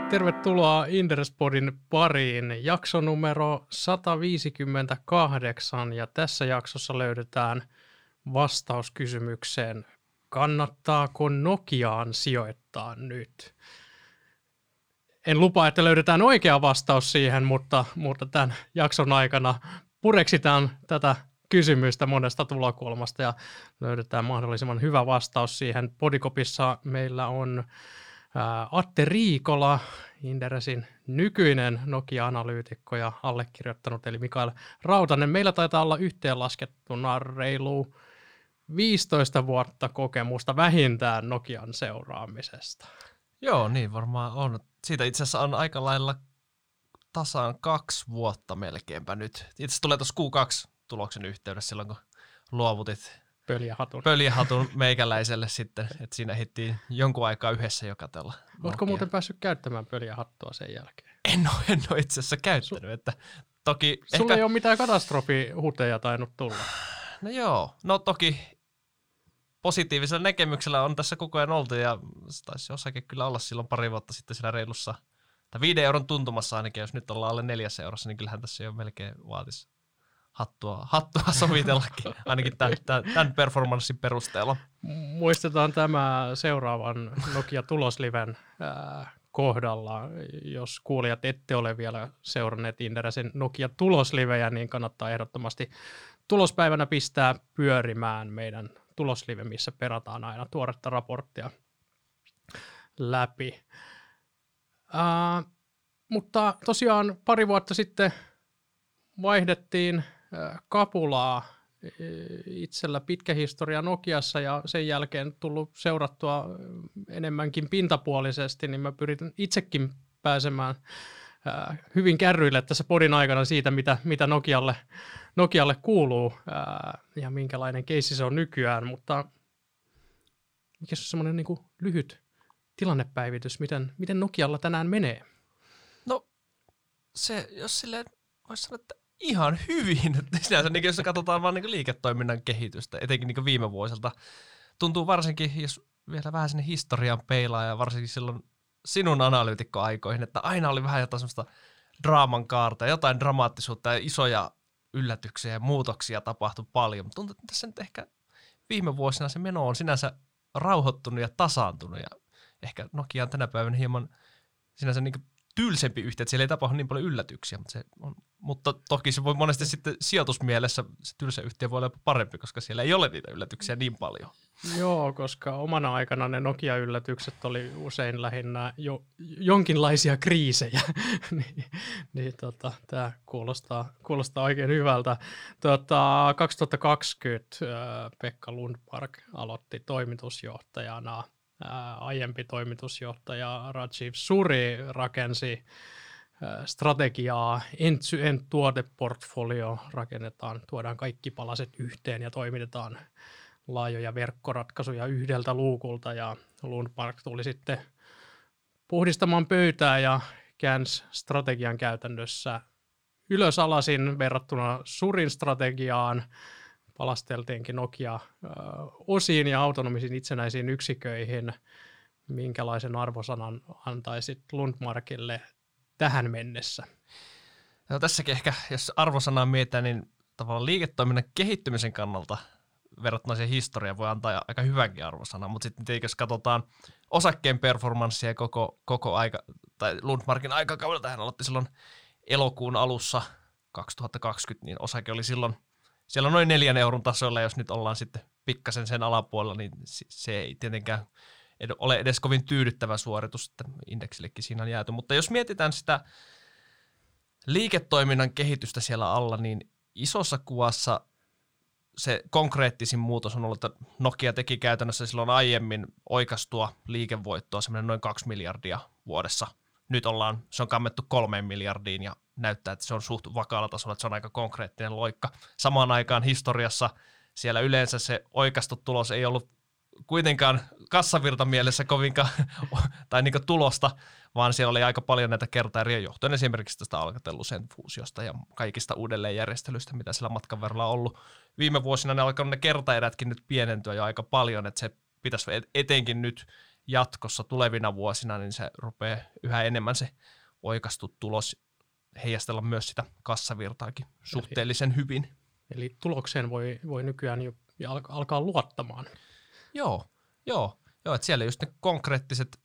Tervetuloa Inderespodin pariin. Jakso numero 158 ja tässä jaksossa löydetään vastaus kysymykseen, kannattaako Nokiaan sijoittaa nyt? En lupaa, että löydetään oikea vastaus siihen, mutta tämän jakson aikana pureksitaan tätä kysymystä monesta tulokulmasta ja löydetään mahdollisimman hyvä vastaus siihen. Podikopissa meillä on Atte Riikola, Inderesin nykyinen Nokia-analyytikko ja allekirjoittanut, eli Mikael Rautanen. Meillä taitaa olla yhteenlaskettuna reilu 15 vuotta kokemusta vähintään Nokian seuraamisesta. Joo, niin varmaan on. Siitä itse asiassa on aika lailla tasaan 2 vuotta melkeinpä nyt. Itse asiassa tulee tuossa Q2-tuloksen yhteydessä silloin, kun luovutit pöljähatun meikäläiselle sitten, että siinä ehdittiin jonkun aikaa yhdessä jo katsella. Oletko muuten päässyt käyttämään pöljähattua sen jälkeen? En ole itse asiassa käyttänyt. Että toki sulla ei ole mitään katastrofihuteja tainnut tulla. No joo, no toki positiivisella näkemyksellä on tässä koko ajan oltu ja taisi osake kyllä olla silloin pari vuotta sitten siellä reilussa, tai 5 euron tuntumassa ainakin, jos nyt ollaan alle 4 eurossa, niin kyllähän tässä jo melkein vaatisi hattua sovitellakin, ainakin tämän performanssin perusteella. Muistetaan tämä seuraavan Nokia-tulosliven kohdalla. Jos kuulijat ette ole vielä seuranneet Inderesin Nokia-tuloslivejä, niin kannattaa ehdottomasti tulospäivänä pistää pyörimään meidän tuloslive, missä perataan aina tuoretta raporttia läpi. Mutta tosiaan pari vuotta sitten vaihdettiin kapulaa, itsellä pitkä historia Nokiassa ja sen jälkeen tullut seurattua enemmänkin pintapuolisesti, niin mä pyrin itsekin pääsemään hyvin kärryille tässä podin aikana siitä, mitä Nokialle kuuluu ja minkälainen keissi se on nykyään, mutta mikä se on semmoinen niin kuin lyhyt tilannepäivitys, miten Nokialla tänään menee? No se, jos silleen voisi sanoa, että ihan hyvin. Sinänsä, niin jos katsotaan vaan niin liiketoiminnan kehitystä, etenkin niin viime vuosilta, tuntuu varsinkin, jos vielä vähän sinne historian peilaa ja varsinkin silloin sinun analyytikkoaikoihin, että aina oli vähän jotain semmoista draaman kaarta, jotain dramaattisuutta ja isoja yllätyksiä ja muutoksia tapahtui paljon. Mutta tuntuu, että tässä nyt ehkä viime vuosina se meno on sinänsä rauhoittunut ja tasaantunut ja ehkä Nokia on tänä päivänä hieman sinänsä niin tylsempi yhtiö, että siellä ei tapahdu niin paljon yllätyksiä, mutta toki se voi monesti sitten sijoitusmielessä se tylsä yhtiö voi olla parempi, koska siellä ei ole niitä yllätyksiä niin paljon. Joo, koska omana aikana ne Nokia-yllätykset oli usein lähinnä jonkinlaisia kriisejä, niin tämä kuulostaa oikein hyvältä. 2020 Pekka Lundmark aloitti toimitusjohtajana. Aiempi toimitusjohtaja Rajiv Suri rakensi strategiaa, end-to-end tuoteportfolio, tuodaan kaikki palaset yhteen ja toimitetaan laajoja verkkoratkaisuja yhdeltä luukulta ja Lundmark tuli sitten puhdistamaan pöytää ja käänsi strategian käytännössä ylös alasin verrattuna Surin strategiaan. Palasteltiinkin Nokia osiin ja autonomisiin itsenäisiin yksiköihin. Minkälaisen arvosanan antaisit Lundmarkille tähän mennessä? No, tässäkin ehkä, jos arvosanaa mietitään, niin tavallaan liiketoiminnan kehittymisen kannalta verrattuna siihen historiaan voi antaa aika hyvänkin arvosanan, mutta sitten jos katsotaan osakkeen performanssia koko aika, tai Lundmarkin aikakaudelta, hän aloitti silloin elokuun alussa 2020, niin osake oli silloin siellä on noin 4 euron tasolla, jos nyt ollaan sitten pikkasen sen alapuolella, niin se ei tietenkään ole edes kovin tyydyttävä suoritus, että indeksillekin siinä on jääty. Mutta jos mietitään sitä liiketoiminnan kehitystä siellä alla, niin isossa kuvassa se konkreettisin muutos on ollut, että Nokia teki käytännössä silloin aiemmin oikaistua liikevoittoa semmoinen noin 2 miljardia vuodessa. Nyt se on kammettu 3 miljardiin ja näyttää, että se on suht vakaalla tasolla, että se on aika konkreettinen loikka. Samaan aikaan historiassa siellä yleensä se oikaistu tulos ei ollut kuitenkaan kassavirta mielessä kovinkaan tai niin tulosta, vaan siellä oli aika paljon näitä kertaeriä johtuen esimerkiksi tästä Alcatel-Lucent fuusiosta ja kaikista uudelleenjärjestelyistä, mitä siellä matkan verran on ollut. Viime vuosina ne kertaerätkin nyt pienentyä jo aika paljon, että se pitäisi etenkin nyt jatkossa tulevina vuosina, niin se rupeaa yhä enemmän se oikaistu tulos heijastella myös sitä kassavirtaakin suhteellisen hyvin. Eli tulokseen voi nykyään jo alkaa luottamaan. Joo, että siellä just ne konkreettiset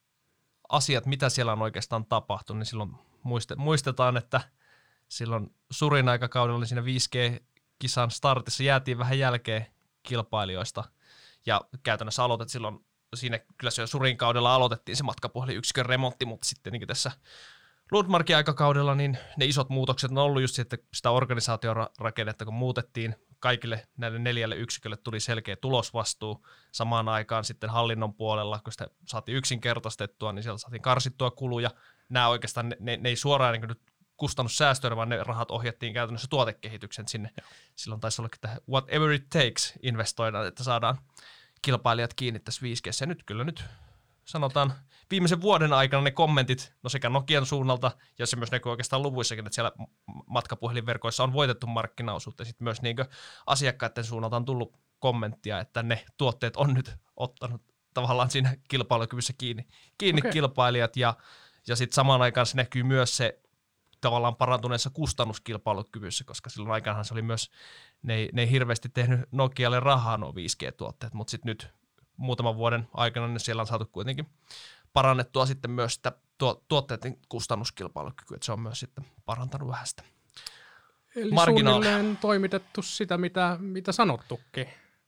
asiat, mitä siellä on oikeastaan tapahtunut, niin silloin muistetaan, että silloin Surin aikakaudella niin siinä 5G-kisan startissa jäätiin vähän jälkeen kilpailijoista, ja käytännössä aloitettiin silloin, siinä kyllä se Surin kaudella aloitettiin se matkapuhelinyksikön remontti, mutta sitten niin tässä Lundmarkin aikakaudella niin ne isot muutokset on ollut just että sitä organisaatiorakennetta, kun muutettiin, kaikille näille 4 yksikölle tuli selkeä tulosvastuu. Samaan aikaan sitten hallinnon puolella, kun sitä saatiin yksinkertaistettua, niin sieltä saatiin karsittua kuluja. Nämä oikeastaan, ne ei suoraan niin nyt kustannussäästöön, vaan ne rahat ohjattiin käytännössä tuotekehityksen sinne. Joo. Silloin taisi ollakin tähän whatever it takes investoidaan, että saadaan kilpailijat kiinni tässä 5G:ssä. Ja nyt sanotaan viimeisen vuoden aikana ne kommentit, no sekä Nokian suunnalta, ja se myös näkyy oikeastaan luvuissakin, että siellä matkapuhelinverkoissa on voitettu markkinaosuutta, ja sitten myös niin asiakkaiden suunnalta on tullut kommenttia, että ne tuotteet on nyt ottanut tavallaan siinä kilpailukyvyssä kiinni okay. Kilpailijat, ja sitten samaan aikaan se näkyy myös se tavallaan parantuneessa kustannuskilpailukyvyssä, koska silloin aikanahan se oli myös, ne ei hirveästi tehnyt Nokialle rahaa nuo 5G-tuotteet, mutta sitten nyt muutaman vuoden aikana niin siellä on saatu kuitenkin parannettua sitten myös sitä tuotteiden kustannuskilpailukykyä, että se on myös sitten parantanut vähän sitä marginaalia. Eli suunnilleen toimitettu sitä, mitä sanottukin.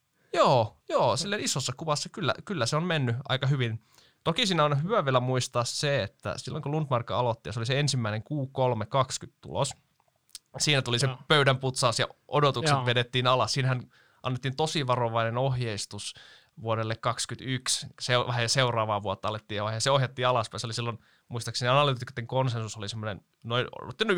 Joo, silleen isossa kuvassa kyllä se on mennyt aika hyvin. Toki siinä on hyvä vielä muistaa se, että silloin kun Lundmark aloitti, ja se oli se ensimmäinen Q3-20-tulos, siinä tuli se pöydän putsaus ja odotukset vedettiin alas. Siinähän annettiin tosi varovainen ohjeistus vuodelle 2021, vähän seuraavaa vuotta alettiin ja se ohjattiin alaspäin. Se oli silloin, muistaakseni analytikoiden konsensus oli semmoinen noin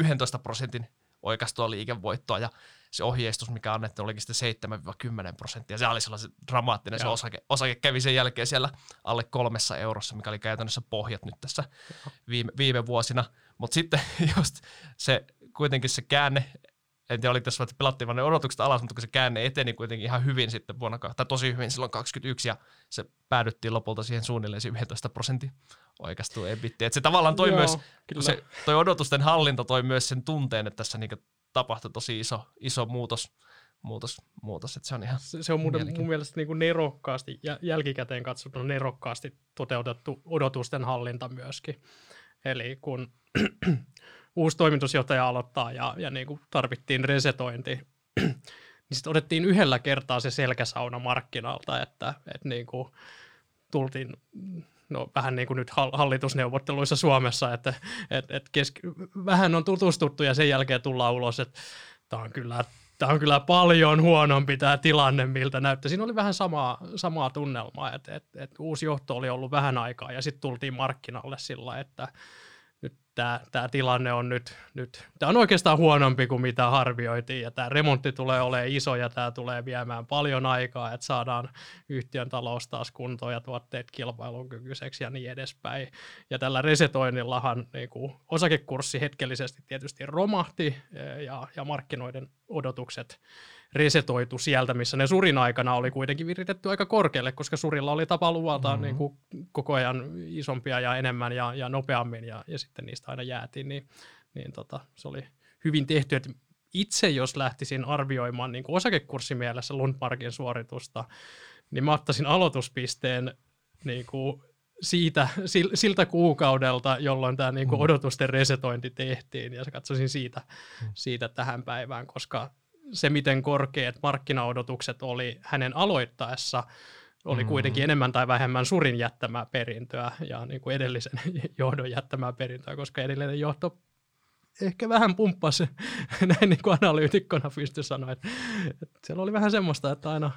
11% oikaistua liikevoittoa ja se ohjeistus, mikä annettiin, olikin sitten 7-10%. Se oli sellainen dramaattinen, se osake kävi sen jälkeen siellä alle 3 eurossa, mikä oli käytännössä pohjat nyt tässä viime vuosina. Mutta sitten just se kuitenkin se käänne, en tiedä, oli tässä, että pelattiin vaan ne odotukset alas, mutta kun se käänne eteni kuitenkin ihan hyvin sitten tai tosi hyvin silloin 2021, ja se päädyttiin lopulta siihen suunnilleen 11% oikeastuu ebittiin. Että se tavallaan toi myös, toi odotusten hallinta toi myös sen tunteen, että tässä niinku tapahtui tosi iso muutos, että se on ihan se on mun mielestä niinku nerokkaasti, jälkikäteen katsottuna nerokkaasti toteutettu odotusten hallinta myöskin. Eli kun uusi toimitusjohtaja aloittaa ja niin kuin tarvittiin resetointi, niin sitten otettiin yhdellä kertaa se selkäsauna markkinalta, että niin kuin tultiin vähän niin kuin nyt hallitusneuvotteluissa Suomessa, että vähän on tutustuttu ja sen jälkeen tullaan ulos, että tämä on kyllä paljon huonompi tämä tilanne, miltä näyttää. Siinä oli vähän samaa tunnelmaa, että uusi johto oli ollut vähän aikaa ja sitten tultiin markkinalle sillä, että nyt tämä tilanne on nyt tämä on oikeastaan huonompi kuin mitä arvioitiin, ja tämä remontti tulee olemaan iso, ja tämä tulee viemään paljon aikaa, että saadaan yhtiön talous taas kuntoon ja tuotteet kilpailukykyiseksi ja niin edespäin. Ja tällä resetoinnillahan niin kuin osakekurssi hetkellisesti tietysti romahti, ja markkinoiden odotukset resetoitu sieltä, missä ne Surin aikana oli kuitenkin viritetty aika korkealle, koska Surilla oli tapa luvata niin kuin koko ajan isompia ja enemmän ja nopeammin, ja sitten niistä aina jäätiin, niin se oli hyvin tehty, että itse jos lähtisin arvioimaan niin kuin osakekurssimielessä Lundmarkin suoritusta, niin mä ottaisin aloituspisteen niin kuin siltä kuukaudelta, jolloin tämä niin kuin odotusten resetointi tehtiin, ja katsoisin siitä tähän päivään, koska se, miten korkeat markkinaodotukset oli hänen aloittaessa, oli kuitenkin enemmän tai vähemmän Surin jättämää perintöä ja niin kuin edellisen johdon jättämää perintöä, koska edellinen johto ehkä vähän pumppasi, näin niin kuin analyytikkona pystyi sanoa, että siellä oli vähän semmoista, että aina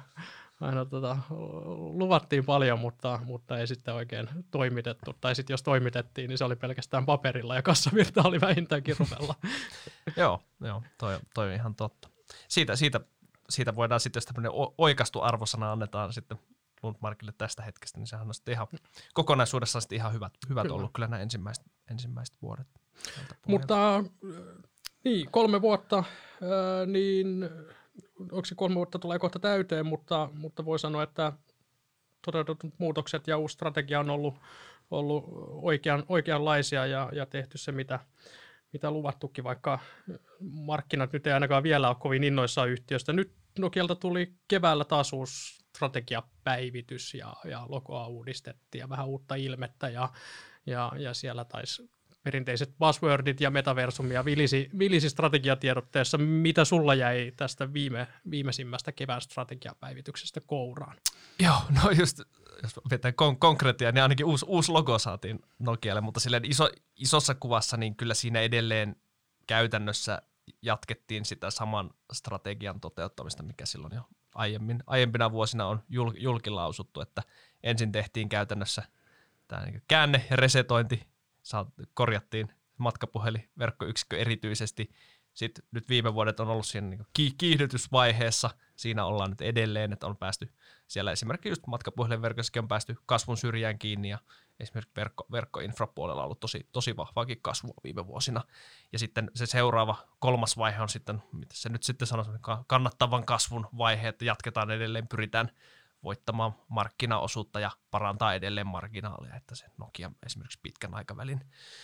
luvattiin paljon, mutta ei sitten oikein toimitettu. Tai sitten jos toimitettiin, niin se oli pelkästään paperilla ja kassavirta oli vähintäänkin ruvella. Joo, toi on ihan totta. Siitä voidaan sitten, jos tämmöinen oikaistu arvosana annetaan sitten Lundmarkille tästä hetkestä, niin sehän on sitten ihan kokonaisuudessaan sitten ihan hyvät ollut kyllä nämä ensimmäiset vuodet. Mutta niin, 3 vuotta, niin onko se 3 vuotta tulee kohta täyteen, mutta voi sanoa, että toteutetut muutokset ja uusi strategia on ollut oikeanlaisia ja tehty se, mitä luvattukin, vaikka markkinat nyt ei ainakaan vielä ole kovin innoissaan yhtiöstä. Nyt Nokialta tuli keväällä taas uusi strategiapäivitys ja logoa uudistettiin ja vähän uutta ilmettä ja siellä taisi perinteiset buzzwordit ja metaversum ja vilisi strategiatiedotteessa. Mitä sulla jäi tästä viimeisimmästä kevään strategiapäivityksestä kouraan? Joo, no just jos vetää konkreettia, niin ainakin uusi logo saatiin Nokialle, mutta silleen isossa kuvassa niin kyllä siinä edelleen käytännössä jatkettiin sitä saman strategian toteuttamista, mikä silloin jo aiempina vuosina on julkilausuttu, että ensin tehtiin käytännössä tämä niin käänne ja resetointi, korjattiin matkapuhelinverkkoyksikkö erityisesti. Sitten nyt viime vuodet on ollut siinä niin kiihdytysvaiheessa. Siinä ollaan nyt edelleen, että on päästy siellä esimerkiksi just matkapuhelinverkossakin on päästy kasvun syrjään kiinni ja esimerkiksi verkkoinfrapuolella on ollut tosi vahvaakin kasvua viime vuosina. Ja sitten se seuraava kolmas vaihe on sitten, mitä se nyt sitten sanoo, kannattavan kasvun vaihe, että jatketaan edelleen, pyritään voittamaan markkinaosuutta ja parantaa edelleen marginaalia, että se Nokia esimerkiksi pitkän aikavälin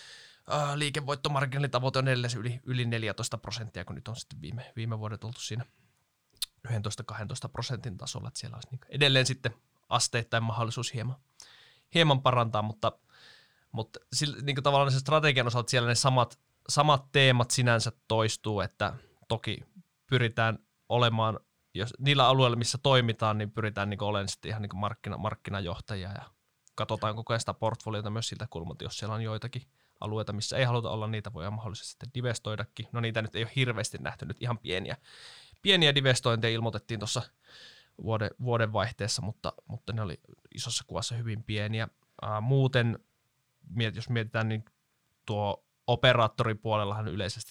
liikevoittomarginaalitavoite on edelleen yli 14%, kun nyt on sitten viime vuodet oltu siinä 11-12% tasolla, että siellä olisi niin edelleen sitten asteittain mahdollisuus hieman parantaa, mutta niin tavallaan se strategian osalta siellä ne samat teemat sinänsä toistuu, että toki pyritään olemaan, jos niillä alueilla, missä toimitaan, niin pyritään niin olemaan sitten ihan niin markkinajohtajia ja katsotaan koko ajan sitä portfoliota myös siltä kulmalta, jos siellä on joitakin alueita, missä ei haluta olla, niitä voi mahdollisesti sitten divestoidakin. No niitä nyt ei ole hirveästi nähty, nyt ihan pieniä divestointeja ilmoitettiin tuossa vuoden vaihteessa, mutta ne oli isossa kuvassa hyvin pieniä. Muuten, jos mietitään, niin tuo operaattoripuolellahan yleisesti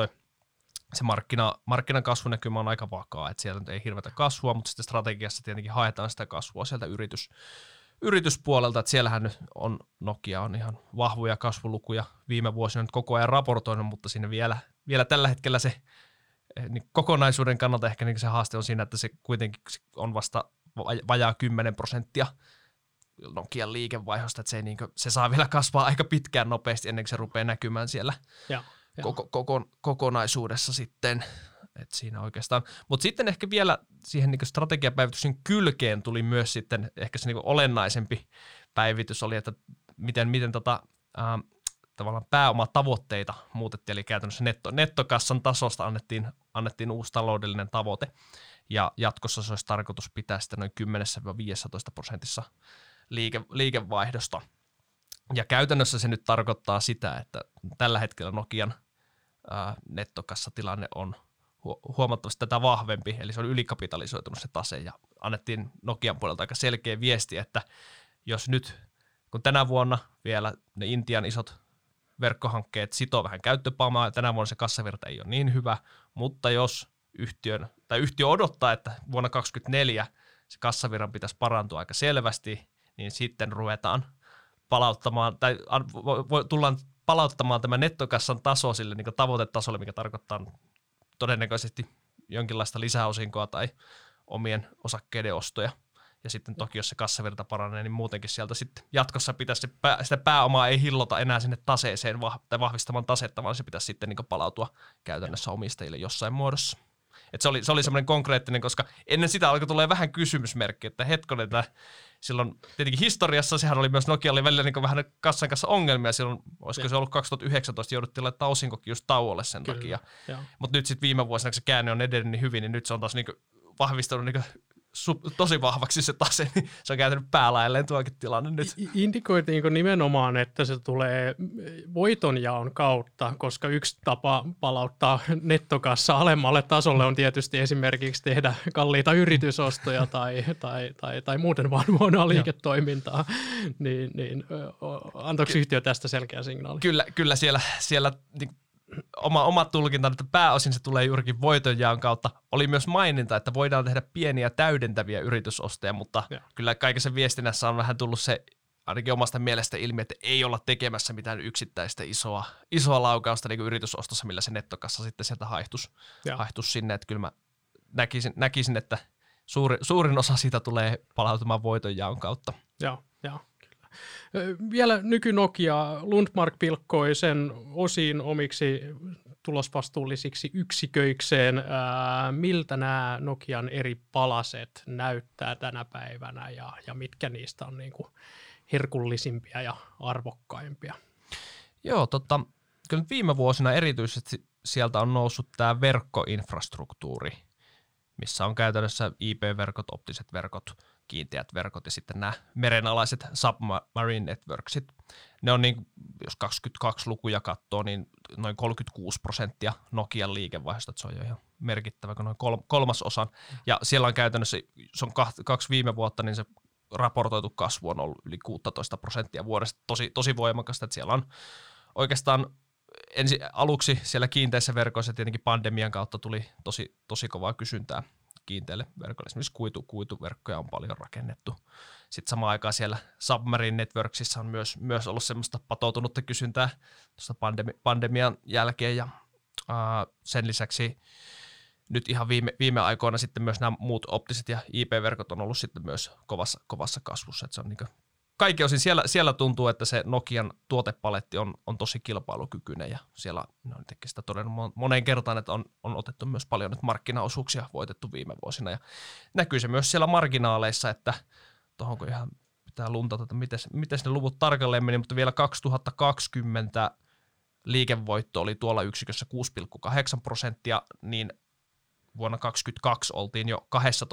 se markkinan kasvunäkymä on aika vakaa, että siellä ei hirveätä kasvua, mutta sitten strategiassa tietenkin haetaan sitä kasvua sieltä yrityspuolelta, että siellähän nyt on Nokia on ihan vahvoja kasvulukuja viime vuosina nyt koko ajan raportoinut, mutta siinä vielä tällä hetkellä se niin kokonaisuuden kannalta ehkä niin se haaste on siinä, että se kuitenkin on vasta vajaa 10% Nokian liikevaihdosta, että se saa vielä kasvaa aika pitkään nopeasti ennen kuin se rupeaa näkymään siellä kokonaisuudessa sitten. Että siinä oikeastaan. Mutta sitten ehkä vielä siihen niin strategiapäivityksen kylkeen tuli myös sitten ehkä se niin olennaisempi päivitys oli, että miten tavallaan pääomatavoitteita muutettiin, eli käytännössä nettokassan tasosta annettiin uusi taloudellinen tavoite, ja jatkossa se olisi tarkoitus pitää sitten noin 10-15% liikevaihdosta. Ja käytännössä se nyt tarkoittaa sitä, että tällä hetkellä Nokian nettokassatilanne on huomattavasti tätä vahvempi, eli se on ylikapitalisoitunut se tase, ja annettiin Nokian puolelta aika selkeä viesti, että jos nyt, kun tänä vuonna vielä ne Intian isot verkkohankkeet sitoo vähän käyttöpääomaa, ja tänä vuonna se kassavirta ei ole niin hyvä, mutta jos yhtiö odottaa, että vuonna 2024 se kassavirran pitäisi parantua aika selvästi, niin sitten ruvetaan palauttamaan, tai tullaan palauttamaan tämä nettokassan taso sille niin tavoitetasolle, mikä tarkoittaa todennäköisesti jonkinlaista lisäosinkoa tai omien osakkeiden ostoja. Ja sitten toki, jos se kassavirta paranee, niin muutenkin sieltä sitten jatkossa pitäisi sitä pääomaa ei hillota enää sinne taseeseen tai vahvistamaan tasetta, vaan se pitäisi sitten niin palautua käytännössä omistajille jossain muodossa. Et se oli semmoinen konkreettinen, koska ennen sitä alkoi tulee vähän kysymysmerkki, että hetkonen, että silloin tietenkin historiassa sehän oli myös Nokialle välillä niin vähän kassan kanssa ongelmia. Silloin, olisiko se ollut 2019, jouduttiin laittaa osinkokin just tauolle sen takia. Mutta nyt sitten viime vuosina, kun se käänne on edennyt niin hyvin, niin nyt se on taas niin vahvistunut niin tosi vahvaksi se tase, niin se on käytänyt päälailleen tuokin tilanne nyt. Indikoitiinko nimenomaan, että se tulee voitonjaon kautta, koska yksi tapa palauttaa nettokassa alemmalle tasolle on tietysti esimerkiksi tehdä kalliita yritysostoja tai muuten vaan huonoa liiketoimintaa, niin antoiko yhtiö tästä selkeä signaali? Kyllä siellä oma tulkinta, että pääosin se tulee juurikin voitonjaon kautta. Oli myös maininta, että voidaan tehdä pieniä täydentäviä yritysostoja, mutta kyllä kaikessa viestinnässä on vähän tullut se ainakin omasta mielestä ilmi, että ei olla tekemässä mitään yksittäistä isoa laukausta niin kuin yritysostossa, millä se nettokassa sitten sieltä haihtuisi sinne. Että kyllä mä näkisin, että Suurin osa siitä tulee palautumaan voitonjaon kautta. Joo, kyllä. Vielä nyky-Nokia, Lundmark pilkkoi sen osiin omiksi tulosvastuullisiksi yksiköikseen. Miltä nämä Nokian eri palaset näyttää tänä päivänä ja mitkä niistä on niin kuin herkullisimpia ja arvokkaimpia? Joo, kyllä viime vuosina erityisesti sieltä on noussut tämä verkkoinfrastruktuuri, missä on käytännössä IP-verkot, optiset verkot, kiinteät verkot ja sitten nämä merenalaiset submarine networksit. Ne on niin, jos 22 lukuja katsoo, niin noin 36% Nokian liikevaihdosta, että se on jo ihan merkittävä, kun noin kolmasosan. Ja siellä on käytännössä, se on 2 viime vuotta, niin se raportoitu kasvu on ollut yli 16% vuodesta, tosi voimakasta, että siellä on oikeastaan aluksi siellä kiinteissä verkoissa tietenkin pandemian kautta tuli tosi kovaa kysyntää kiinteille verkoille. Esimerkiksi kuituverkkoja on paljon rakennettu. Sitten samaan aikaan siellä Submarine Networksissa on myös ollut semmoista patoutunutta kysyntää tuosta pandemian jälkeen. Ja sen lisäksi nyt ihan viime aikoina sitten myös nämä muut optiset ja IP-verkot on ollut sitten myös kovassa kasvussa. Että se on niin kuin kaikki osin siellä tuntuu, että se Nokian tuotepaletti on tosi kilpailukykyinen ja siellä on sitä todennut moneen kertaan, että on otettu myös paljon nyt markkinaosuuksia voitettu viime vuosina ja näkyy se myös siellä marginaaleissa, että tuohonko ihan pitää luntata, että miten ne luvut tarkalleen meni, mutta vielä 2020 liikevoitto oli tuolla yksikössä 6,8%, niin vuonna 2022 oltiin jo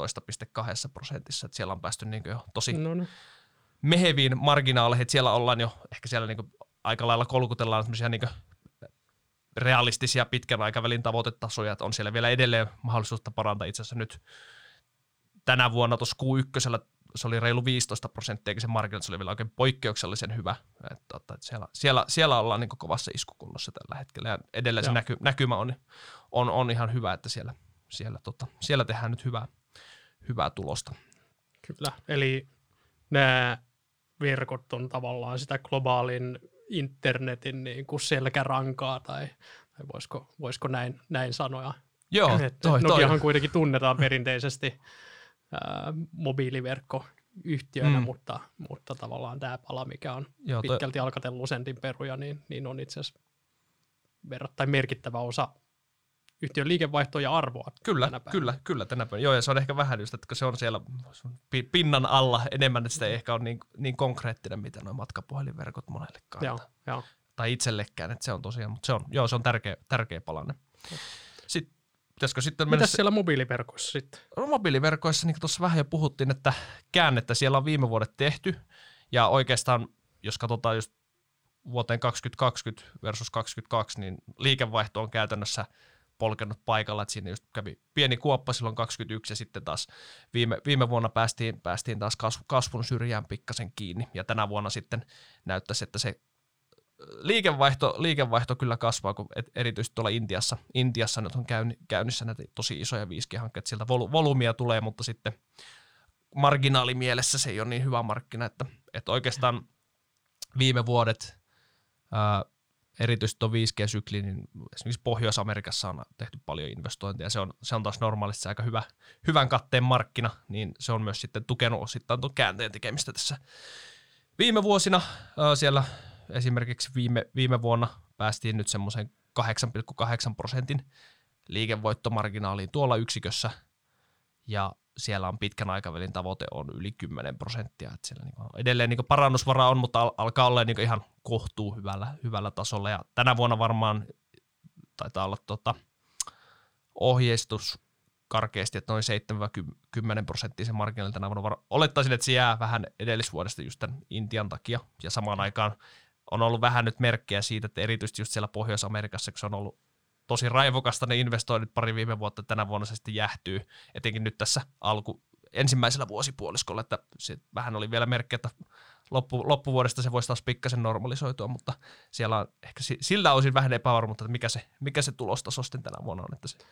12,2%, että siellä on päästy niin jo tosi meheviin marginaaleihin, että siellä ollaan jo, ehkä siellä niin aika lailla kolkutellaan semmoisia niin realistisia pitkän aikavälin tavoitetasoja, että on siellä vielä edelleen mahdollisuutta parantaa. Itse asiassa nyt tänä vuonna tuossa Q1 se oli reilu 15%, eikä se markkina, se oli vielä oikein poikkeuksellisen hyvä. Että siellä ollaan niin kovassa iskukunnossa tällä hetkellä ja edelleen se näkymä on ihan hyvä, että siellä tehdään nyt hyvää tulosta. Kyllä, eli nämä verkot on tavallaan sitä globaalin internetin niin kuin selkärankaa, tai voisiko näin sanoa? Joo, Nokiahan kuitenkin tunnetaan perinteisesti mobiiliverkkoyhtiönä, mutta tavallaan tämä pala, mikä on pitkälti Alcatel-Lucentin peruja, niin on itse asiassa verrattain merkittävä osa yhtiön liikevaihtoa ja arvoa. Kyllä tänä päivänä. Joo, ja se on ehkä vähän just, että se on siellä pinnan alla enemmän, että sitä ei ehkä ole niin konkreettinen, mitä nuo matkapuhelinverkot monellekaan. Joo. Tai itsellekään, että se on tosiaan, mutta se on tärkeä palanen. Mitäs siellä mobiiliverkoissa sitten? No, mobiiliverkoissa, niin kuin tuossa vähän jo puhuttiin, että käännettä siellä on viime vuodet tehty, ja oikeastaan, jos katsotaan just vuoteen 2020 versus 2022, niin liikevaihto on käytännössä polkenut paikalla, että siinä just kävi pieni kuoppa silloin 2021 ja sitten taas viime vuonna päästiin taas kasvun syrjään pikkasen kiinni ja tänä vuonna sitten näyttäisi, että se liikevaihto kyllä kasvaa, kun erityisesti tuolla Intiassa nyt on käynnissä näitä tosi isoja 5G-hankkeita, sieltä volyymia tulee, mutta sitten marginaalimielessä se ei ole niin hyvä markkina, että oikeastaan viime vuodet erityisesti tuon 5G-sykli, niin esimerkiksi Pohjois-Amerikassa on tehty paljon investointeja, se on taas normaalisti aika hyvän katteen markkina, niin se on myös sitten tukenut osittain tuon käänteen tekemistä tässä viime vuosina. Siellä esimerkiksi viime vuonna päästiin nyt semmoisen 8,8% liikevoittomarginaaliin tuolla yksikössä, ja siellä on pitkän aikavälin tavoite on yli 10%, että siellä edelleen parannusvaraa on, mutta alkaa olla ihan kohtuu hyvällä tasolla, ja tänä vuonna varmaan taitaa olla ohjeistus karkeasti, että noin 7-10% se markkinoilla tänä vuonna. Olettaisin, että se jää vähän edellisvuodesta just tämän Intian takia, ja samaan aikaan on ollut vähän nyt merkkejä siitä, että erityisesti just siellä Pohjois-Amerikassa, kun se on ollut tosi raivokasta ne investoinnit pari viime vuotta, tänä vuonna se sitten jähtyy, etenkin nyt tässä ensimmäisellä vuosipuoliskolla, että se vähän oli vielä merkki, että loppuvuodesta se voisi taas pikkasen normalisoitua, mutta siellä on ehkä sillä osin vähän epävarmuutta, että mikä se tulostaso sitten tänä vuonna on, että se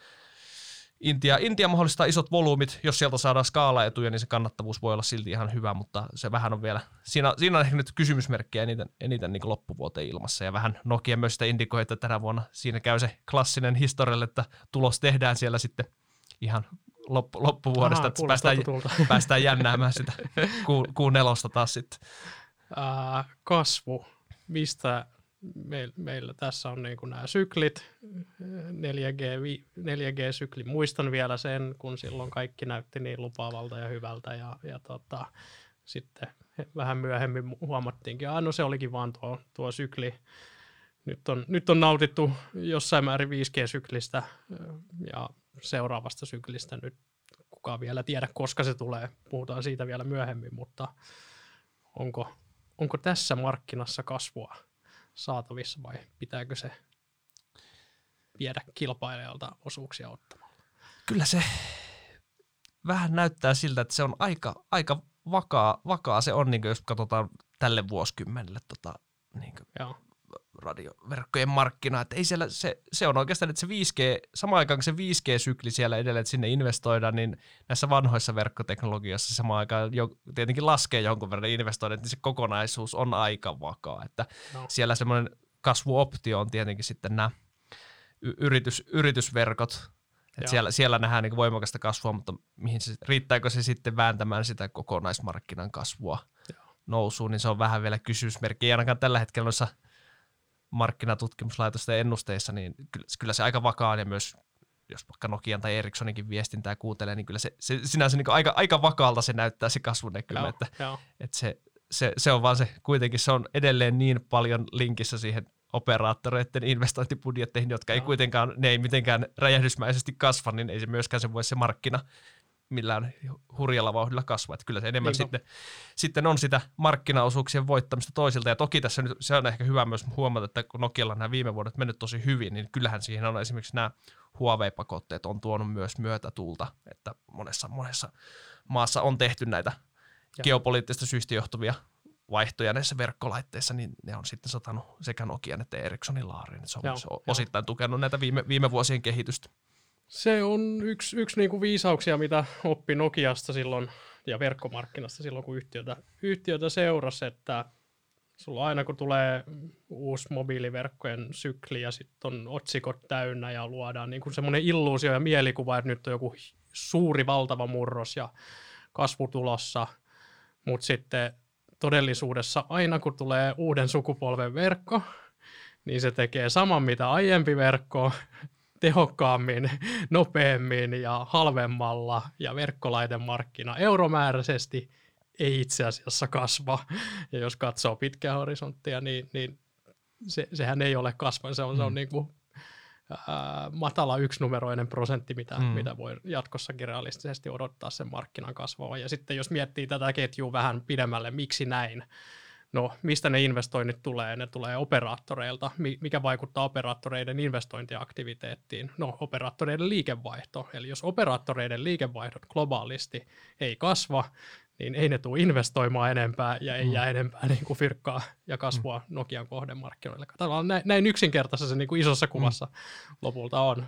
Intia mahdollistaa isot volyymit, jos sieltä saadaan skaalaetuja, niin se kannattavuus voi olla silti ihan hyvä, mutta se vähän on vielä, siinä on ehkä nyt kysymysmerkkiä eniten niin loppuvuoteen ilmassa, ja vähän Nokia myös sitä indikoi, että tänä vuonna siinä käy se klassinen historialle, että tulos tehdään siellä sitten ihan loppuvuodesta, että päästään jännäämään sitä kuun nelosta taas sitten. Kasvu. Mistä meillä tässä on niin nämä syklit, 4G-sykli. Muistan vielä sen, kun silloin kaikki näytti niin lupaavalta ja hyvältä ja sitten vähän myöhemmin huomattiinkin, no se olikin vaan tuo sykli. Nyt on nautittu jossain määrin 5G-syklistä ja seuraavasta syklistä nyt kukaan vielä tiedä, koska se tulee. Puhutaan siitä vielä myöhemmin, mutta onko tässä markkinassa kasvua saatavissa vai pitääkö se viedä kilpailijalta osuuksia ottamalla? Kyllä se vähän näyttää siltä, että se on aika vakaa se on, niin jos katsotaan tälle vuosikymmenelle niin radioverkkojen markkina, että ei siellä, se on oikeastaan, että se 5G, samaan aikaan kun se 5G-sykli siellä edelleen, että sinne investoidaan, niin näissä vanhoissa verkkoteknologioissa samaan aikaan tietenkin laskee jonkun verran investoida, niin se kokonaisuus on aika vakaa, että siellä semmoinen kasvuoptio on tietenkin sitten nämä yritysverkot, että siellä nähdään niin voimakasta kasvua, mutta riittääkö se sitten vääntämään sitä kokonaismarkkinan kasvua nousuun, niin se on vähän vielä kysymysmerkki. Ei ainakaan tällä hetkellä noissa markkinatutkimuslaitosten ennusteissa, niin kyllä se aika vakaa on, ja myös jos vaikka Nokian tai Ericssoninkin viestintää kuuntelee, niin kyllä se sinänsä niin aika vakaalta se näyttää se kasvunäkymä, että se on vaan se, kuitenkin se on edelleen niin paljon linkissä siihen operaattoreiden investointibudjetteihin, jotka ei kuitenkaan, ne ei mitenkään räjähdysmäisesti kasva, niin ei se myöskään se voi se markkina millään hurjalla vauhdilla kasvaa. Että kyllä se enemmän sitten on sitä markkinaosuuksien voittamista toisilta. Ja toki tässä nyt se on ehkä hyvä myös huomata, että kun Nokialla on nämä viime vuodet mennyt tosi hyvin, niin kyllähän siihen on esimerkiksi nämä Huawei-pakotteet on tuonut myös myötätuulta, että monessa maassa on tehty näitä geopoliittisista syistä johtuvia vaihtoja näissä verkkolaitteissa, niin ne on sitten satanut sekä Nokian että Ericssonin laariin. Se on osittain tukenut näitä viime vuosien kehitystä. Se on yksi niinku viisauksia, mitä oppi Nokiasta silloin ja verkkomarkkinasta silloin, kun yhtiötä seurasi, että sulla aina kun tulee uusi mobiiliverkkojen sykli ja sitten on otsikot täynnä ja luodaan niinku semmoinen illuusio ja mielikuva, että nyt on joku suuri valtava murros ja kasvu tulossa, mutta sitten todellisuudessa aina kun tulee uuden sukupolven verkko, niin se tekee saman mitä aiempi verkko, tehokkaammin, nopeammin ja halvemmalla, ja verkkolaitemarkkina euromääräisesti ei itse asiassa kasva. Ja jos katsoo pitkää horisonttia, niin sehän ei ole kasva. Se on niin kuin, matala yksinumeroinen prosentti, mitä voi jatkossakin realistisesti odottaa sen markkinan kasvaa. Ja sitten jos miettii tätä ketjua vähän pidemmälle, miksi näin? No, mistä ne investoinnit tulee? Ne tulee operaattoreilta. Mikä vaikuttaa operaattoreiden investointiaktiviteettiin? No, operaattoreiden liikevaihto. Eli jos operaattoreiden liikevaihdot globaalisti ei kasva, niin ei ne tule investoimaan enempää ja ei jää enempää niin kuin fyrkkaa ja kasvua Nokian kohdemarkkinoille. Näin yksinkertaisessa niin kuin isossa kuvassa lopulta on.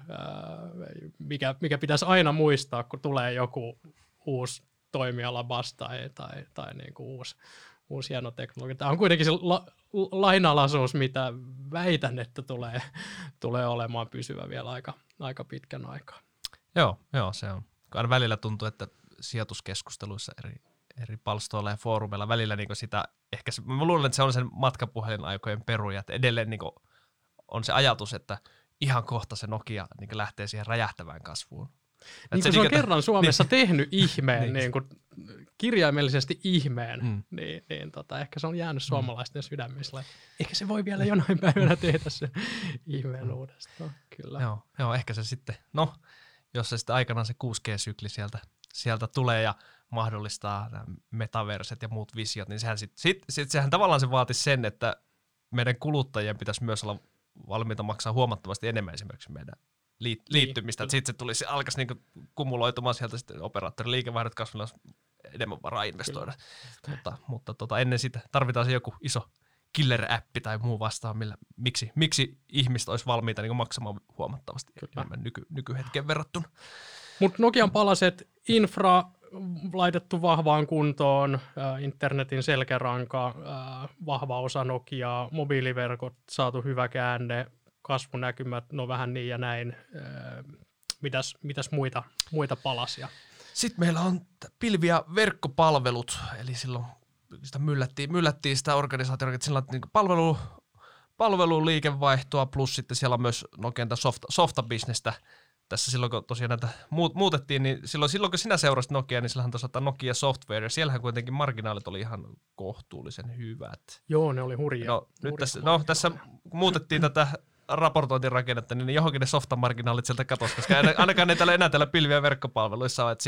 Mikä pitäisi aina muistaa, kun tulee joku uusi toimiala vastaan tai niin kuin uusi hieno teknologia. Tämä on kuitenkin se lainalaisuus, mitä väitän, että tulee olemaan pysyvä vielä aika pitkän aikaa. Joo, se on. Aina välillä tuntuu, että sijoituskeskusteluissa eri palstoilla ja foorumeilla välillä niin sitä, ehkä mä luulen, että se on sen matkapuhelinaikojen peruja, että edelleen niin on se ajatus, että ihan kohta se Nokia niin lähtee siihen räjähtävään kasvuun. Niin se on kerran Suomessa tehnyt ihmeen, niin kuin kirjaimellisesti ihmeen, niin ehkä se on jäänyt suomalaisten sydämissä. Ehkä se voi vielä jonain päivänä tehdä se ihmeen uudestaan. Kyllä. Joo, ehkä se sitten, jos se sitten aikanaan se 6G-sykli sieltä tulee ja mahdollistaa metaverset ja muut visiot, niin sehän tavallaan se vaatisi sen, että meidän kuluttajien pitäisi myös olla valmiita maksaa huomattavasti enemmän esimerkiksi meidän liittymistä, että sitten se alkaisi niinku kumuloitumaan sieltä sitten operaattorin liikevaihdot kasvilla enemmän varaa investoida. Mutta ennen sitä tarvitaan se joku iso killer-appi tai muu vastaan, miksi ihmiset olisi valmiita niin maksamaan huomattavasti enemmän nykyhetkeen verrattuna. Mutta Nokian palaset, infra laitettu vahvaan kuntoon, internetin selkäranka, vahva osa Nokiaa, mobiiliverkot saatu hyvä käänne, kasvunäkymät, no vähän niin ja näin. mitäs muita palasia? Sitten meillä on pilvi- ja verkkopalvelut, eli silloin sitä myllättiin sitä organisaatiota, että sillä on niin palvelun liikevaihtoa, plus sitten siellä on myös Nokian softabisnestä. Tässä silloin, kun tosiaan näitä muutettiin, niin silloin kun sinä seurasit Nokiaa, niin sillähän tosiaan Nokia Software, ja siellähän kuitenkin marginaalit oli ihan kohtuullisen hyvät. Joo, ne oli hurjia. Tässä kun muutettiin tätä raportointirakennetta, niin johonkin ne softamarginaalit sieltä katosi, koska ainakaan ne enää täällä pilvi- ja verkkopalveluissa on, että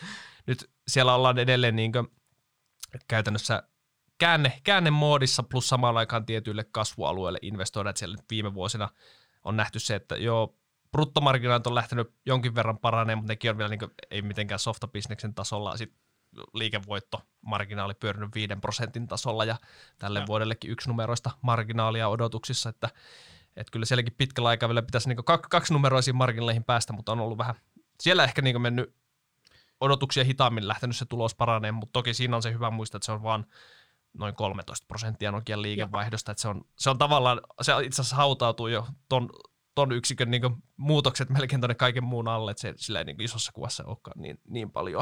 siellä ollaan edelleen niin kuin käytännössä käännemoodissa plus samaan aikaan tietyille kasvualueille investoida, että siellä viime vuosina on nähty se, että bruttomarginaalit on lähtenyt jonkin verran paranemaan, mutta nekin on vielä niin kuin, ei mitenkään softabisneksen tasolla, sitten liikevoittomarginaali pyörinyt 5% tasolla ja tälle vuodellekin yksinumeroista marginaalia odotuksissa, että kyllä sielläkin pitkällä aikavälillä pitäisi niin kaksinumeroisiin marginaaleihin päästä, mutta on ollut vähän, siellä ehkä niin mennyt odotuksia hitaammin lähtenyt se tulos paranee, mutta toki siinä on se hyvä muistaa, että se on vaan noin 13% Nokian liikevaihdosta, että se on tavallaan, se itse asiassa hautautuu jo ton yksikön niin muutokset melkein tuonne kaiken muun alle, että sillä ei niin isossa kuvassa olekaan niin paljon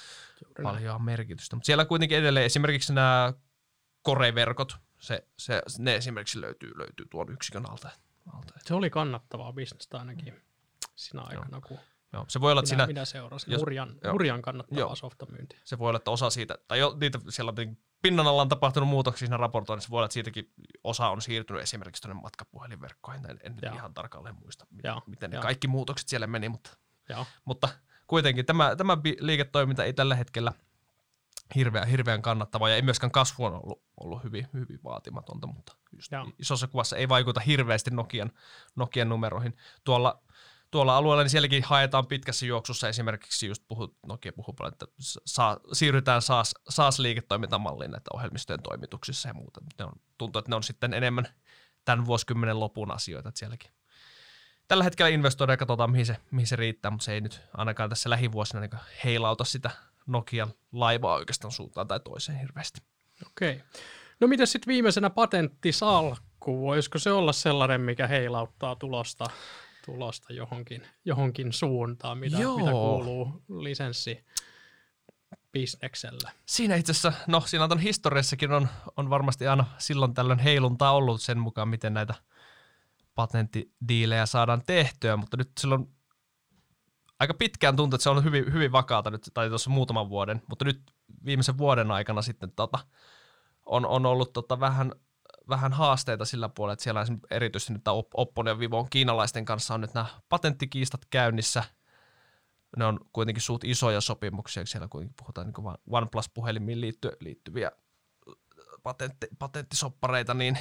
merkitystä. Mutta siellä kuitenkin edelleen esimerkiksi nämä Core-verkot, ne esimerkiksi löytyy tuon yksikön alta. Se oli kannattavaa bisnestä ainakin sinä aikana, kun Joo, se voi olla, että minä seurasin hurjan kannattavaa softamyyntiä. Se voi olla, että osa siitä, tai niitä siellä pinnan alla on tapahtunut muutoksia siinä raportoinnissa, se voi olla, että siitäkin osa on siirtynyt esimerkiksi tuonne matkapuhelinverkkoihin. En nyt ihan tarkalleen muista, miten ne kaikki muutokset siellä meni, mutta kuitenkin tämä liiketoiminta ei tällä hetkellä hirveän kannattavaa, ja ei myöskään kasvu on ollut hyvin vaatimatonta, mutta just isossa kuvassa ei vaikuta hirveästi Nokian numeroihin. Tuolla alueella niin sielläkin haetaan pitkässä juoksussa esimerkiksi just Nokia puhuu paljon, että siirrytään SaaS-liiketoimintamalliin näitä ohjelmistojen toimituksissa ja muuta. Tuntuu, että ne on sitten enemmän tämän vuosikymmenen lopun asioita, että sielläkin tällä hetkellä investoidaan ja katsotaan, mihin se riittää, mutta se ei nyt ainakaan tässä lähivuosina niin heilauta sitä Nokian laivaa oikeastaan suuntaan tai toiseen hirveästi. Okei. No miten sitten viimeisenä patenttisalkku? Voisiko se olla sellainen, mikä heilauttaa tulosta johonkin suuntaan, mitä kuuluu lisenssibisnekselle? Siinä itse asiassa, siinä on historiassakin on varmasti aina silloin tällöin heiluntaa ollut sen mukaan, miten näitä patenttidiilejä saadaan tehtyä, mutta nyt silloin aika pitkään tuntuu, että se on hyvin, hyvin vakaata nyt, tai tuossa muutaman vuoden, mutta nyt viimeisen vuoden aikana sitten on ollut vähän haasteita sillä puolella, että siellä erityisesti nyt Oppon ja Vivon kiinalaisten kanssa on nyt nämä patenttikiistat käynnissä. Ne on kuitenkin suht isoja sopimuksia, siellä kuitenkin puhutaan niin kuin OnePlus-puhelimiin liittyviä patenttisoppareita, niin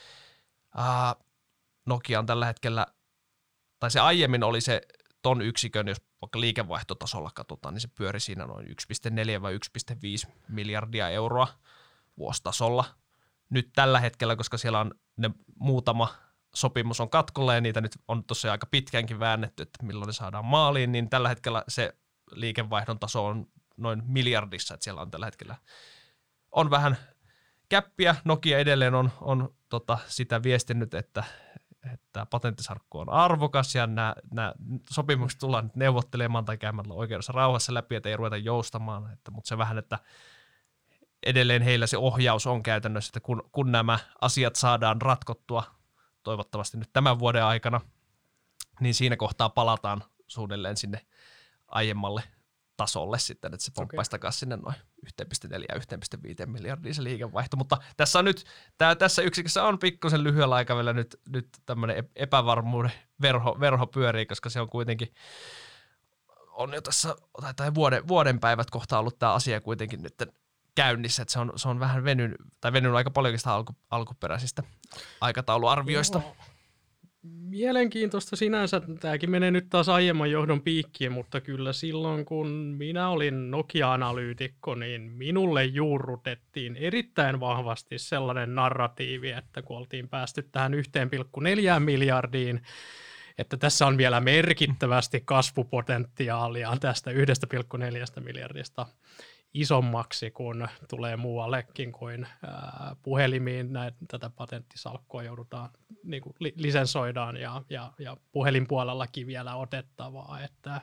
Nokia on tällä hetkellä, tai se aiemmin oli se ton yksikön, jos vaikka liikevaihtotasolla katsotaan, niin se pyöri siinä noin 1,4 vai 1,5 miljardia euroa vuositasolla. Nyt tällä hetkellä, koska siellä on ne muutama sopimus on katkolla ja niitä nyt on tosiaan aika pitkäänkin väännetty, että milloin ne saadaan maaliin, niin tällä hetkellä se liikevaihdon taso on noin miljardissa, että siellä on tällä hetkellä on vähän käppiä. Nokia edelleen on sitä viestinyt, että patenttisarkku on arvokas ja nämä sopimukset tullaan nyt neuvottelemaan tai käymällä oikeudessa rauhassa läpi, että ei ruveta joustamaan, mutta se vähän, että edelleen heillä se ohjaus on käytännössä, että kun nämä asiat saadaan ratkottua toivottavasti nyt tämän vuoden aikana, niin siinä kohtaa palataan suunnilleen sinne aiemmalle tasolle sitten, että se pomppaisi takaisin sinne noin 1,4 ja 1,5 miljardia se liikevaihto, mutta tässä on nyt, tässä yksikössä on pikkusen lyhyellä aikavälillä nyt tämmöinen epävarmuuden verho pyörii, koska se on kuitenkin, on jo tässä, tai vuoden päivät kohta ollut tämä asia kuitenkin nyt käynnissä, että se on vähän venynyt aika paljonkin sitä alkuperäisistä aikatauluarvioista. Joo. Mielenkiintoista sinänsä. Tämäkin menee nyt taas aiemman johdon piikkiin, mutta kyllä silloin, kun minä olin Nokia-analyytikko, niin minulle juurrutettiin erittäin vahvasti sellainen narratiivi, että kun oltiin päästy tähän 1,4 miljardiin, että tässä on vielä merkittävästi kasvupotentiaalia tästä 1,4 miljardista. isommaksi, kun tulee muuallekin kuin puhelimiin. Tätä patenttisalkkua joudutaan, niin kuin lisensoidaan ja puhelinpuolellakin vielä otettavaa, että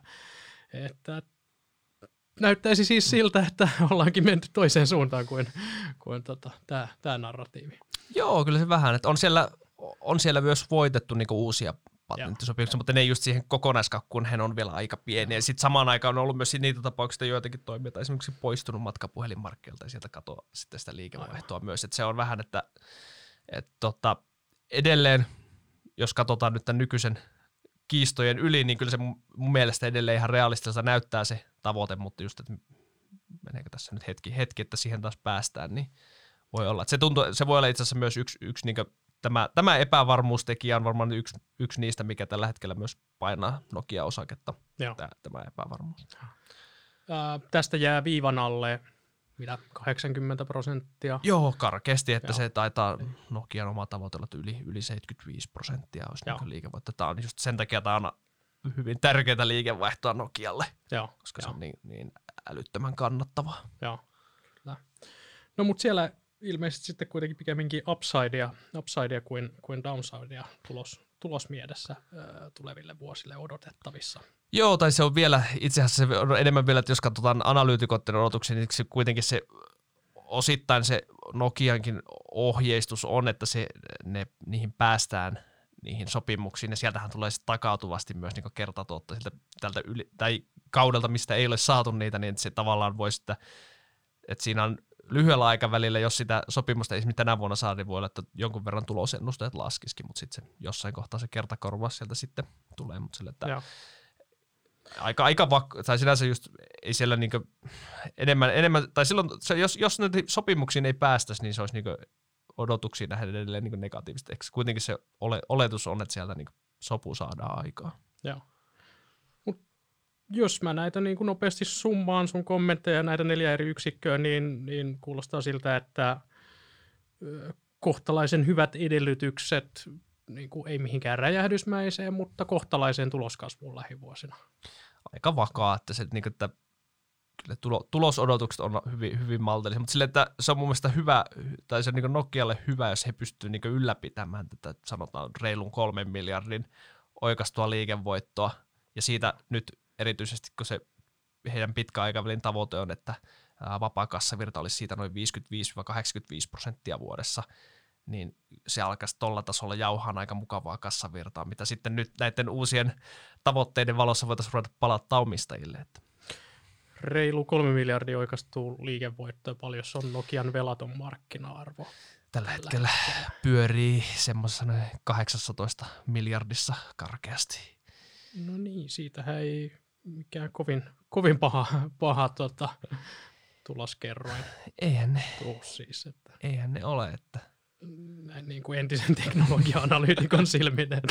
näyttäisi siis siltä, että ollaankin menty toiseen suuntaan kuin tämä narratiivi. Joo, kyllä se vähän, että on siellä myös voitettu niinku uusia patenttisopimuksia, mutta ne just siihen kokonaiskakkuun hän on vielä aika pieni. Ja sitten samaan aikaan on ollut myös niitä tapauksia, että joitakin toimijoita esimerkiksi poistunut matkapuhelinmarkkinoilta ja sieltä katoaa sitten sitä liikevaihtoa myös. Että se on vähän, että edelleen, jos katsotaan nyt tämän nykyisen kiistojen yli, niin kyllä se mun mielestä edelleen ihan realistilta näyttää se tavoite, mutta just, että meneekö tässä nyt hetki, että siihen taas päästään, niin voi olla. Että se voi olla itse asiassa myös yksi niin tämä epävarmuustekijä on varmaan yksi niistä, mikä tällä hetkellä myös painaa Nokia-osaketta, tämä epävarmuus. Tästä jää viivan alle 80%. Joo, karkeasti, että se taitaa Nokian oma tavoitella, että yli 75% olisi niin liikevaihto. Tämä on just sen takia, tämä on hyvin tärkeää liikevaihtoa Nokialle, koska se on niin älyttömän kannattavaa. Joo, kyllä. No mutta siellä ilmeisesti sitten kuitenkin pikemminkin upsidea kuin downsidea tulosmiedessä tuleville vuosille odotettavissa. Joo, tai se on vielä, itse asiassa se on enemmän vielä, että jos katsotaan analyytikoiden odotuksia, niin se kuitenkin se osittain se Nokiankin ohjeistus on, että niihin päästään niihin sopimuksiin, ja sieltähän tulee sitten takautuvasti myös niin kertatuotto tältä tai kaudelta, mistä ei ole saatu niitä, niin se tavallaan voisi, että siinä on lyhyellä aikavälillä, jos sitä sopimusta ei tänä vuonna saa, niin voi olla, että jonkun verran tulosennusteet laskisikin, mutta sitten jossain kohtaa se kertakorvaus sieltä sitten tulee, mutta sille, että tai sinänsä just ei siellä niinku enemmän, tai silloin, jos näitä sopimuksiin ei päästäisi, niin se olisi niinku odotuksiin nähden edelleen niinku negatiivista. Eikö kuitenkin se oletus on, että sieltä niinku sopu saadaan aikaa. Joo. Mut jos mä näitä niin kuin nopeasti summaan sun kommentteja näitä 4 eri yksikköä, niin kuulostaa siltä, että kohtalaisen hyvät edellytykset, niin kuin ei mihinkään räjähdysmäiseen, mutta kohtalaiseen tuloskasvuun lähivuosina. Aika vakaa, että kyllä tulosodotukset on hyvin, hyvin maltillisia, mutta sille, että se on mun mielestä hyvä, tai se on niin Nokialle hyvä, jos he pystyvät niin ylläpitämään tätä, sanotaan reilun 3 miljardin oikaistua liikevoittoa, ja siitä nyt erityisesti, kun se heidän pitkän aikavälin tavoite on, että vapaa kassavirta olisi siitä noin 55-85% vuodessa, niin se alkaisi tuolla tasolla jauhaan aika mukavaa kassavirtaa, mitä sitten nyt näiden uusien tavoitteiden valossa voitaisiin ruveta palauttaa omistajille. Että. Reilu 3 miljardia oikaistuu liikevoittoa, paljon se on Nokian velaton markkina-arvo. Tällä hetkellä pyörii semmoisessa 18 miljardissa karkeasti. No niin, siitähän ei mikään kovin paha tuloskerroin. Eihän ne. Siis, että. Eihän ne ole, että. Näin niin kuin entisen teknologia-analyytikon silminen.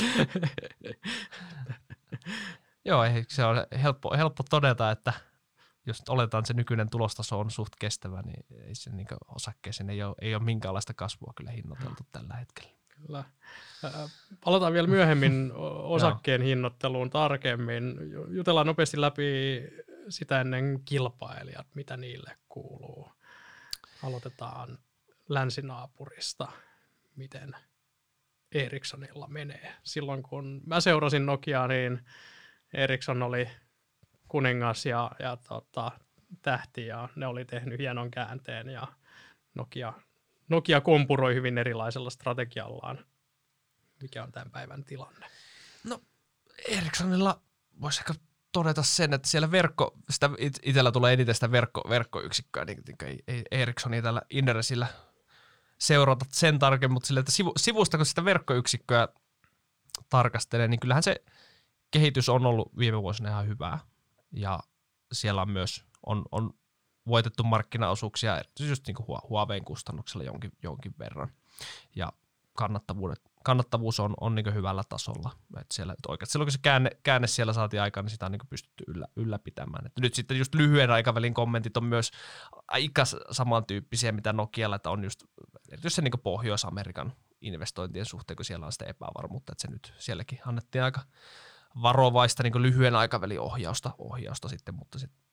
Joo, se on helppo todeta, että jos oletaan, että se nykyinen tulostaso on suht kestävä, niin ei se niin osakkeeseen ei ole minkäänlaista kasvua kyllä hinnoiteltu tällä hetkellä. Kyllä. Palataan vielä myöhemmin osakkeen hinnoitteluun tarkemmin. Jutellaan nopeasti läpi sitä ennen kilpailijat, mitä niille kuuluu. Aloitetaan länsinaapurista, miten Ericssonilla menee. Silloin kun mä seurasin Nokiaa, niin Ericsson oli kuningas ja tähti ja ne oli tehnyt hienon käänteen ja Nokia kompuroi hyvin erilaisella strategiallaan. Mikä on tämän päivän tilanne? No Ericssonilla voisi ehkä todeta sen, että siellä sitä itsellä tulee eniten sitä verkkoyksikköä, niin ei Ericssonia tällä Inderesillä seurata sen tarkemmin, mutta sille, että sivusta kun sitä verkkoyksikköä tarkastelee, niin kyllähän se kehitys on ollut viime vuosina ihan hyvää. Ja siellä on myös on voitettu markkinaosuuksia erityisesti just niin kuin Huawein kustannuksella jonkin verran. Ja kannattavuus on niin kuin hyvällä tasolla. Että siellä, että oikeasti silloin kun se käänne siellä saatiin aikaan, niin sitä on niin kuin pystytty ylläpitämään. Että nyt sitten just lyhyen aikavälin kommentit on myös aika samantyyppisiä, mitä Nokialla, että on just erityisesti niin kuin Pohjois-Amerikan investointien suhteen, kun siellä on sitä epävarmuutta, että se nyt sielläkin annettiin aika varovaista niin kuin lyhyen aikavälin ohjausta sitten, mutta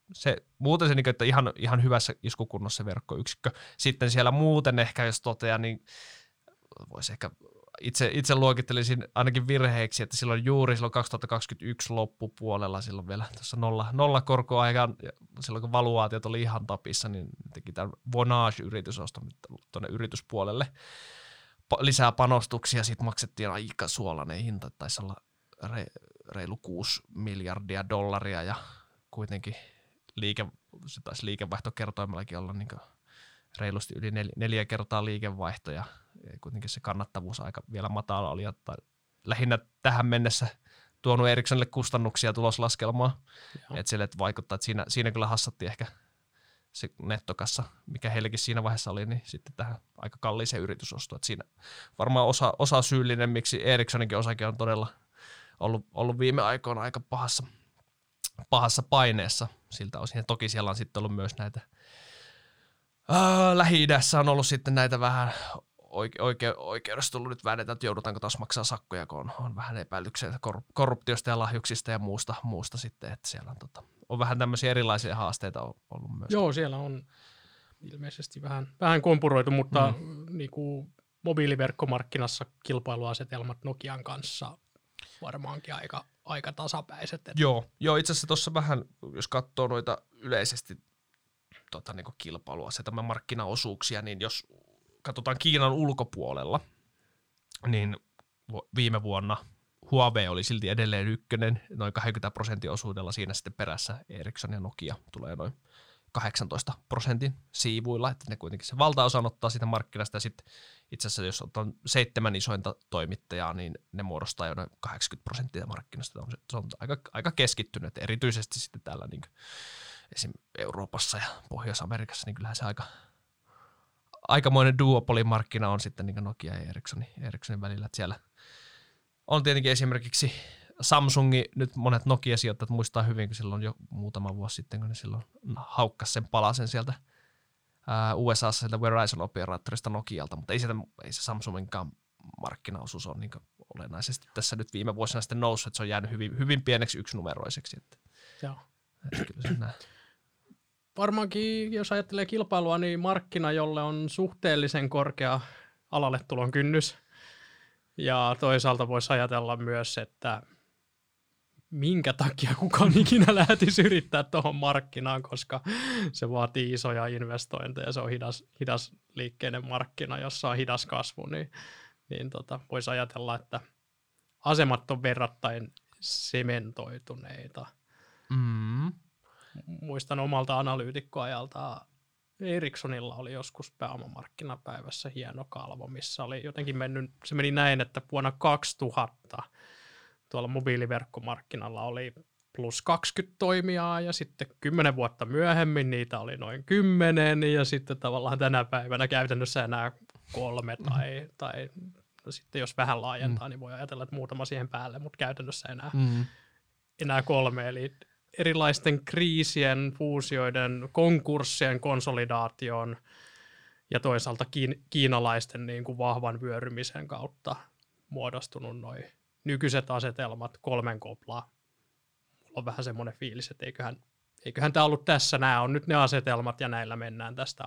muuten se, niin kuin, että ihan hyvässä iskukunnossa se verkkoyksikkö. Sitten siellä muuten ehkä, jos toteaa, niin voisi ehkä itse luokittelisin ainakin virheeksi, että silloin 2021 loppupuolella, silloin vielä tuossa nolla korkoaikaan, silloin kun valuaatiot oli ihan tapissa, niin teki tämän Vonage-yritysoston tuonne yrityspuolelle lisää panostuksia, sitten maksettiin aika suolainen hinta, taisi olla reilu 6 miljardia dollaria ja kuitenkin se taisi liikevaihtokertoimellakin olla niin reilusti yli 4 kertaa liikevaihto ja kuitenkin se kannattavuus aika vielä matala oli, että lähinnä tähän mennessä tuonut Ericssonille kustannuksia tuloslaskelmaa, että sille vaikuttaa, että siinä kyllä hassattiin ehkä se nettokassa, mikä heillekin siinä vaiheessa oli, niin sitten tähän aika kalliiseen yritysostoon, että siinä varmaan osa syyllinen, miksi Ericssoninkin osake on todella ollut viime aikoina aika pahassa paineessa siltä osin. Ja toki siellä on sitten ollut myös näitä, Lähi-idässä on ollut sitten näitä vähän oikeudessa tullut nyt väännetään, että joudutaanko taas maksaa sakkoja, kun on vähän epäilyksiä korruptiosta ja lahjuksista ja muusta sitten, että siellä on vähän tämmöisiä erilaisia haasteita ollut myös. Joo, siellä on ilmeisesti vähän kompuroitu, mutta niin kuin mobiiliverkkomarkkinassa kilpailuasetelmat Nokian kanssa varmaankin aika tasapäiset. Joo, itse asiassa tuossa vähän, jos katsoo noita yleisesti niin kuin kilpailuasetelman markkinaosuuksia, niin jos katsotaan Kiinan ulkopuolella, niin viime vuonna Huawei oli silti edelleen ykkönen, noin 20% osuudella, siinä sitten perässä Ericsson ja Nokia tulee noin 18% siivuilla, että ne kuitenkin se valtaosan ottaa siitä markkinasta, ja sitten itse asiassa jos otetaan 7 isointa toimittajaa, niin ne muodostaa jo noin 80% markkinasta. Se on aika keskittynyt, erityisesti sitten täällä niin esim. Euroopassa ja Pohjois-Amerikassa, niin kyllähän se aikamoinen duopolimarkkina on sitten niin Nokia ja Ericssonin välillä, että siellä on tietenkin esimerkiksi Samsungi, nyt monet Nokia-sijoittajat muistaa hyvin, kun silloin jo muutama vuosi sitten, kun ne silloin haukkasi sen palasen sieltä USAssa sieltä Verizon-operaattorista Nokialta, mutta ei se Samsunginkaan markkinaosuus ole niin olennaisesti tässä nyt viime vuosina sitten noussut, että se on jäänyt hyvin, hyvin pieneksi yksinumeroiseksi. Joo. Kyllä varmaankin, jos ajattelee kilpailua, niin markkina, jolle on suhteellisen korkea alalle tulon kynnys. Ja toisaalta voisi ajatella myös, että minkä takia kukaan ikinä lähtisi yrittää tuohon markkinaan, koska se vaatii isoja investointeja. Se on hidas liikkeinen markkina, jossa on hidas kasvu, niin voisi ajatella, että asemat on verrattain sementoituneita. Muistan omalta analyytikkoajalta, Ericssonilla oli joskus pääomamarkkinapäivässä hieno kalvo, missä oli jotenkin se meni näin, että vuonna 2000 tuolla mobiiliverkkomarkkinalla oli plus 20 toimijaa, ja sitten 10 vuotta myöhemmin niitä oli noin 10, ja sitten tavallaan tänä päivänä käytännössä enää 3 tai no sitten jos vähän laajentaa, niin voi ajatella, että muutama siihen päälle, mutta käytännössä enää 3, eli erilaisten kriisien, fuusioiden, konkurssien, konsolidaation ja toisaalta kiinalaisten niin kuin vahvan vyörymisen kautta muodostunut noi nykyiset asetelmat 3 koplaa. Mulla on vähän semmoinen fiilis, että eiköhän tämä ollut tässä. Nämä on nyt ne asetelmat ja näillä mennään tästä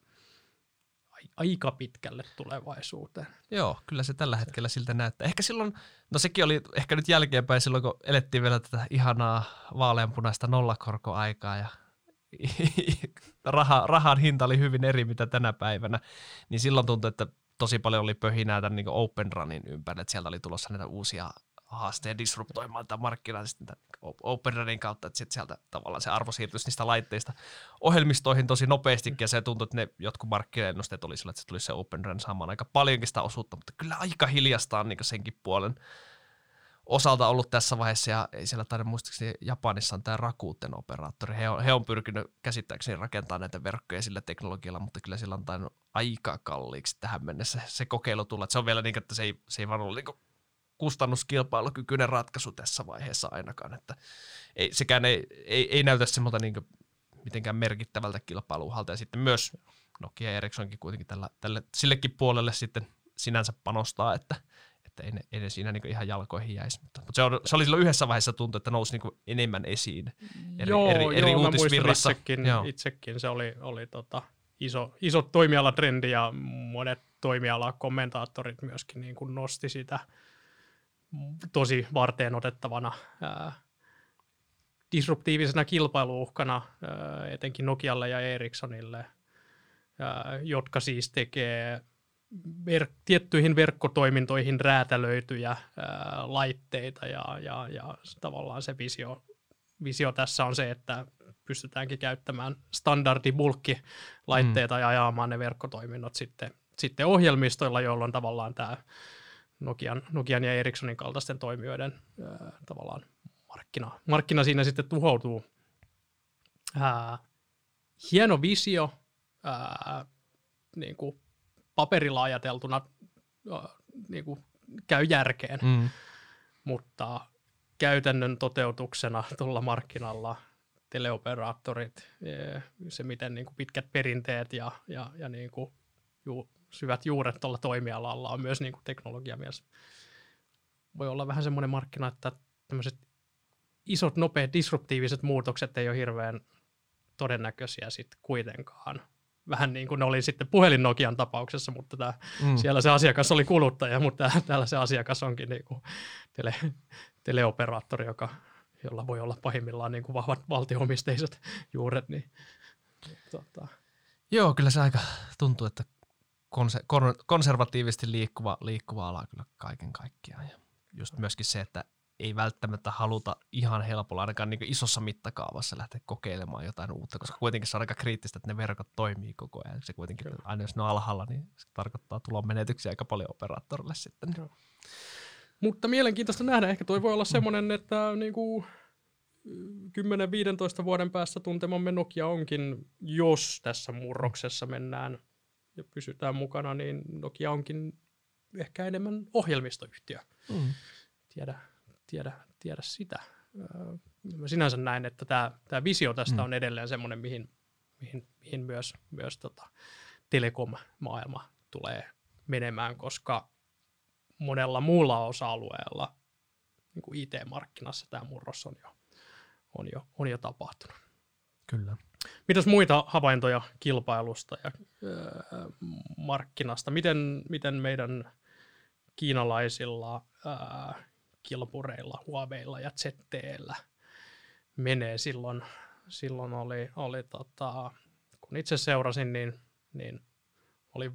aika pitkälle tulevaisuuteen. Joo, kyllä se tällä hetkellä siltä näyttää. Ehkä silloin, no sekin oli ehkä nyt jälkeenpäin silloin, kun elettiin vielä tätä ihanaa vaaleanpunaista nollakorkoaikaa ja rahan hinta oli hyvin eri mitä tänä päivänä, niin silloin tuntui, että tosi paljon oli pöhinää tämän niin kuin Open Runin ympärillä, että sieltä oli tulossa näitä uusia haasteja disruptoimaan tätä markkinaa sitten Open Runin kautta, että sitten sieltä tavallaan se arvo siirtyisi niistä laitteista ohjelmistoihin tosi nopeastikin, ja se tuntui, että ne jotkut markkinaennusteet oli sillä, että se tulisi se Open Run saamaan aika paljonkin sitä osuutta, mutta kyllä aika hiljasta on niin senkin puolen osalta ollut tässä vaiheessa, ja ei siellä taida muistaakseni Japanissa on tämä Rakuten operaattori. He on pyrkinyt käsittääkseni rakentamaan näitä verkkoja sillä teknologialla, mutta kyllä sillä on tainnut aika kalliiksi tähän mennessä se kokeilu tulla. Että se on vielä niin, että se ei vaan ollut niin kustannuskilpailukykyinen ratkaisu tässä vaiheessa ainakaan. Että sekään ei näytä semmoista niin mitenkään merkittävältä kilpailuuhalta. Ja sitten myös Nokia ja Ericssonkin kuitenkin tälle sillekin puolelle sitten sinänsä panostaa, että että ei ne siinä niin ihan jalkoihin jäisi. Mutta se oli silloin yhdessä vaiheessa tuntuu, että nousi niin enemmän esiin eri uutisvirrassa. Itsekin se oli iso toimialatrendi ja monet toimialakommentaattorit myöskin niin kuin nosti sitä tosi varteen otettavana disruptiivisena kilpailuuhkana etenkin Nokialle ja Ericssonille, jotka siis tekee tiettyihin verkkotoimintoihin räätälöityjä laitteita ja tavallaan se visio tässä on se, että pystytäänkin käyttämään standardibulkkilaitteita ja ajamaan ne verkkotoiminnot sitten ohjelmistoilla, jolloin tavallaan tämä Nokian ja Ericssonin kaltaisten toimijoiden tavallaan markkina siinä sitten tuhoutuu. Hieno visio, niin kuin paperilla ajateltuna niin kuin käy järkeen, mutta käytännön toteutuksena tuolla markkinalla teleoperaattorit, se miten niin kuin pitkät perinteet ja niin kuin syvät juuret tuolla toimialalla on myös niin kuin teknologiamies. Voi olla vähän semmoinen markkina, että tämmöiset isot, nopeat, disruptiiviset muutokset ei ole hirveän todennäköisiä sitten kuitenkaan. Vähän niin kuin ne oli sitten puhelin Nokian tapauksessa, mutta siellä se asiakas oli kuluttaja, mutta täällä se asiakas onkin niin kuin teleoperaattori, jolla voi olla pahimmillaan niin kuin vahvat valtio-omisteiset juuret. Joo, kyllä se aika tuntuu, että konservatiivisesti liikkuva ala kyllä kaiken kaikkiaan. Ja just myöskin se, että ei välttämättä haluta ihan helpolla, ainakaan niin isossa mittakaavassa lähteä kokeilemaan jotain uutta, koska kuitenkin se on aika kriittistä, että ne verkot toimii koko ajan. Se kuitenkin, aina jos ne on alhaalla, niin se tarkoittaa tulonmenetyksiä aika paljon operaattorille sitten. Joo. Mutta mielenkiintoista nähdä. Ehkä toi voi olla semmoinen, että niinku 10-15 vuoden päästä tuntemamme Nokia onkin, jos tässä murroksessa mennään ja pysytään mukana, niin Nokia onkin ehkä enemmän ohjelmistoyhtiö. Tiedä sitä. Mä sinänsä näen, että tämä visio tästä on edelleen semmoinen, mihin myös telekom-maailma tulee menemään, koska monella muulla osa-alueella niin kuin IT-markkinassa tämä murros on jo tapahtunut. Kyllä. Mitäs muita havaintoja kilpailusta ja markkinasta? Miten meidän kiinalaisilla kilpureilla, Huaweilla ja ZTE:llä menee silloin oli kun itse seurasin, niin oli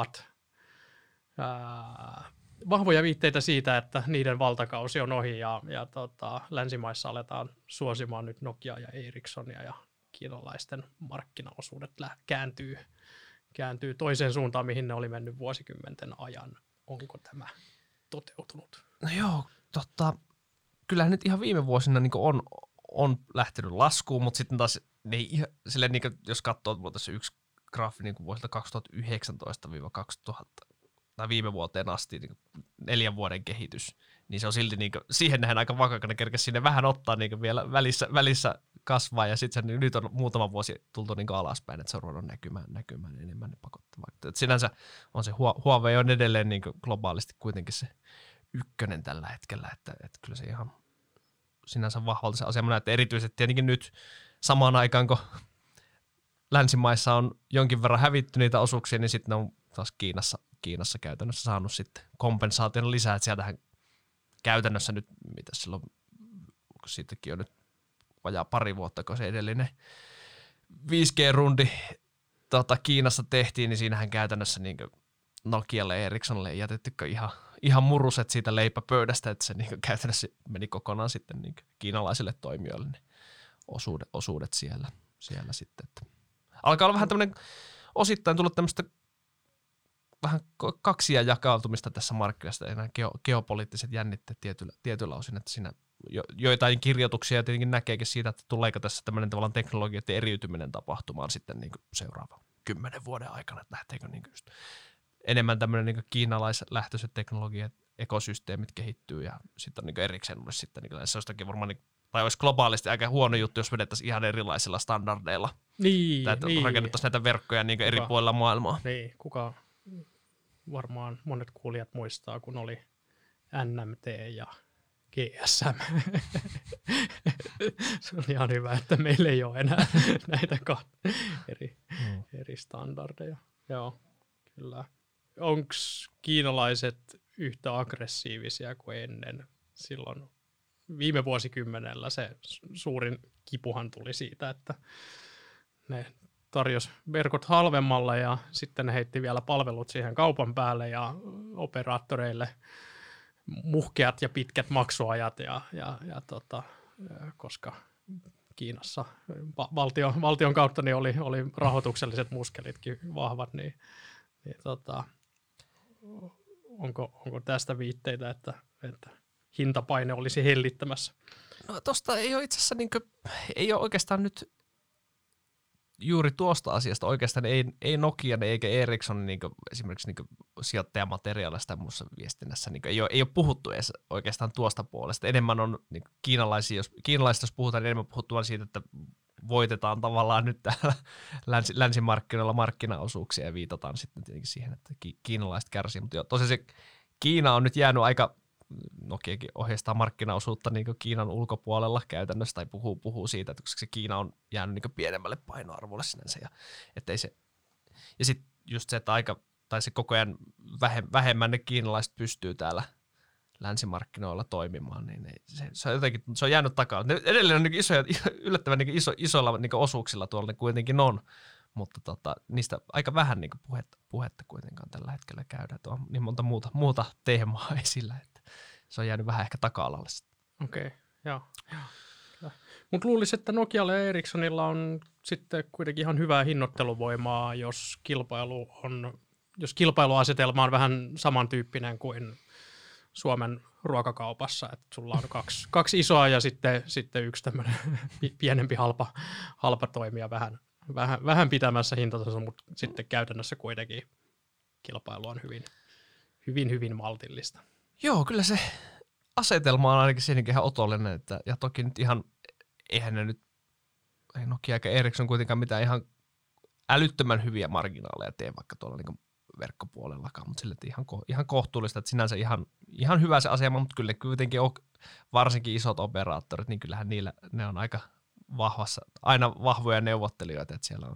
vahvoja viitteitä siitä, että niiden valtakausi on ohi ja länsimaissa aletaan suosimaan nyt Nokia ja Ericssonia ja kiinalaisten markkinaosuudet kääntyy toiseen suuntaan, mihin ne oli mennyt vuosikymmenten ajan. Onko tämä toteutunut? No joo, kyllähän nyt ihan viime vuosina niin on lähtenyt laskuun, mutta sitten taas silleen, niin jos katsoo tässä yksi graafi niin vuosilta 2019-2000 tai viime vuoteen asti niin 4 vuoden kehitys, niin se on silti niin kuin, siihen nähden aika vakakana kerkesi sinne vähän ottaa niin vielä välissä kasvaa ja sitten niin nyt on muutama vuosi tultu niin alaspäin, että se on ruvennut näkymään enemmän pakottavaa. Sinänsä on se Huawei on edelleen niin globaalisti kuitenkin se ykkönen tällä hetkellä, että kyllä se ihan sinänsä vahvalta se asema näyttää erityisesti tietenkin nyt samaan aikaan, kun länsimaissa on jonkin verran hävitty niitä osuuksia, niin sitten ne on taas Kiinassa käytännössä saanut sitten kompensaation lisää, että sieltähän käytännössä nyt, mitä silloin, kun siitäkin on nyt vajaa pari vuotta, kun se edellinen 5G-rundi Kiinassa tehtiin, niin siinähän käytännössä niin Nokialle ja Ericssonille ei jätettykö ihan muruset siitä leipäpöydästä, että se niin käytännössä meni kokonaan sitten niin kiinalaisille toimijoille ne osuudet siellä sitten. Että alkaa olla vähän tämmöinen, osittain tulla tämmöistä vähän kaksia jakautumista tässä markkinassa, ja nämä geopoliittiset jännitteet tietyllä osin, että siinä joitain kirjoituksia tietenkin näkeekin siitä, että tuleeko tässä tämmöinen tavallaan teknologioiden eriytyminen tapahtumaan sitten niin seuraavan 10 vuoden aikana, että lähteekö niin just enemmän tämmöinen niin kiinalaislähtöiset teknologiat, ekosysteemit kehittyy, ja sitten on niin erikseen olisi sitten, niin se olisi varmaan, tai olisi globaalisti aika huono juttu, jos vedettäisiin ihan erilaisilla standardeilla. Rakennettaisiin näitä verkkoja niin eri puolilla maailmaa. Niin, varmaan monet kuulijat muistaa, kun oli NMT ja GSM. Se on ihan hyvä, että meillä ei ole enää näitä eri standardeja. Joo, kyllä. Onko kiinalaiset yhtä aggressiivisia kuin ennen? Silloin viime vuosikymmenellä se suurin kipuhan tuli siitä, että ne tarjosi verkot halvemmalla ja sitten ne heitti vielä palvelut siihen kaupan päälle ja operaattoreille muhkeat ja pitkät maksuajat koska Kiinassa valtion kautta niin oli rahoitukselliset muskelitkin vahvat, onko tästä viitteitä, että hintapaine olisi hellittämässä? No tosta ei ole itse asiassa ei ole oikeastaan nyt juuri tuosta asiasta oikeastaan ei Nokian eikä Ericsson esimerkiksi sijoittajamateriaalista ja muussa viestinnässä ei ole puhuttu edes oikeastaan tuosta puolesta. Enemmän on kiinalaisista jos puhutaan, niin enemmän puhuttu vain siitä, että voitetaan tavallaan nyt täällä länsimarkkinoilla markkinaosuuksia ja viitataan sitten tietenkin siihen, että kiinalaiset kärsii. Mutta tosiaan se Kiina on nyt jäänyt aika, Nokiakin ohjeistaa markkinaosuutta Kiinan ulkopuolella käytännössä tai puhuu siitä, että koska se Kiina on jäänyt pienemmälle painoarvolle sinänsä. Ja sitten just se, että se koko ajan vähemmän ne kiinalaiset pystyy täällä länsimarkkinoilla toimimaan, niin se on jäänyt takaa. Ne edelleen on yllättävän isoilla osuuksilla tuolla ne kuitenkin on, mutta niistä aika vähän puhetta kuitenkaan tällä hetkellä käydään. Tuo on niin monta muuta teemaa esillä, että se on jäänyt vähän ehkä taka-alalle. Okei, joo. Mutta luulisin, että Nokialla ja Ericssonilla on sitten kuitenkin ihan hyvää hinnoitteluvoimaa, jos kilpailuasetelma on vähän samantyyppinen kuin Suomen ruokakaupassa, että sulla on kaksi isoa ja sitten yksi tämmöinen pienempi halpa toimija vähän pitämässä hintatansa, mutta sitten käytännössä kuitenkin kilpailu on hyvin maltillista. Joo, kyllä se asetelma on ainakin siinäkin ihan otollinen, ja toki nyt eihän ne nyt, ei Nokia eikä Ericsson kuitenkaan mitään ihan älyttömän hyviä marginaaleja tee vaikka tuolla verkkopuolellakaan, mutta sille ihan kohtuullista, että sinänsä ihan hyvä se asema, mutta kyllä kuitenkin on varsinkin isot operaattorit, niin kyllähän ne on aika aina vahvoja neuvottelijoita, että siellä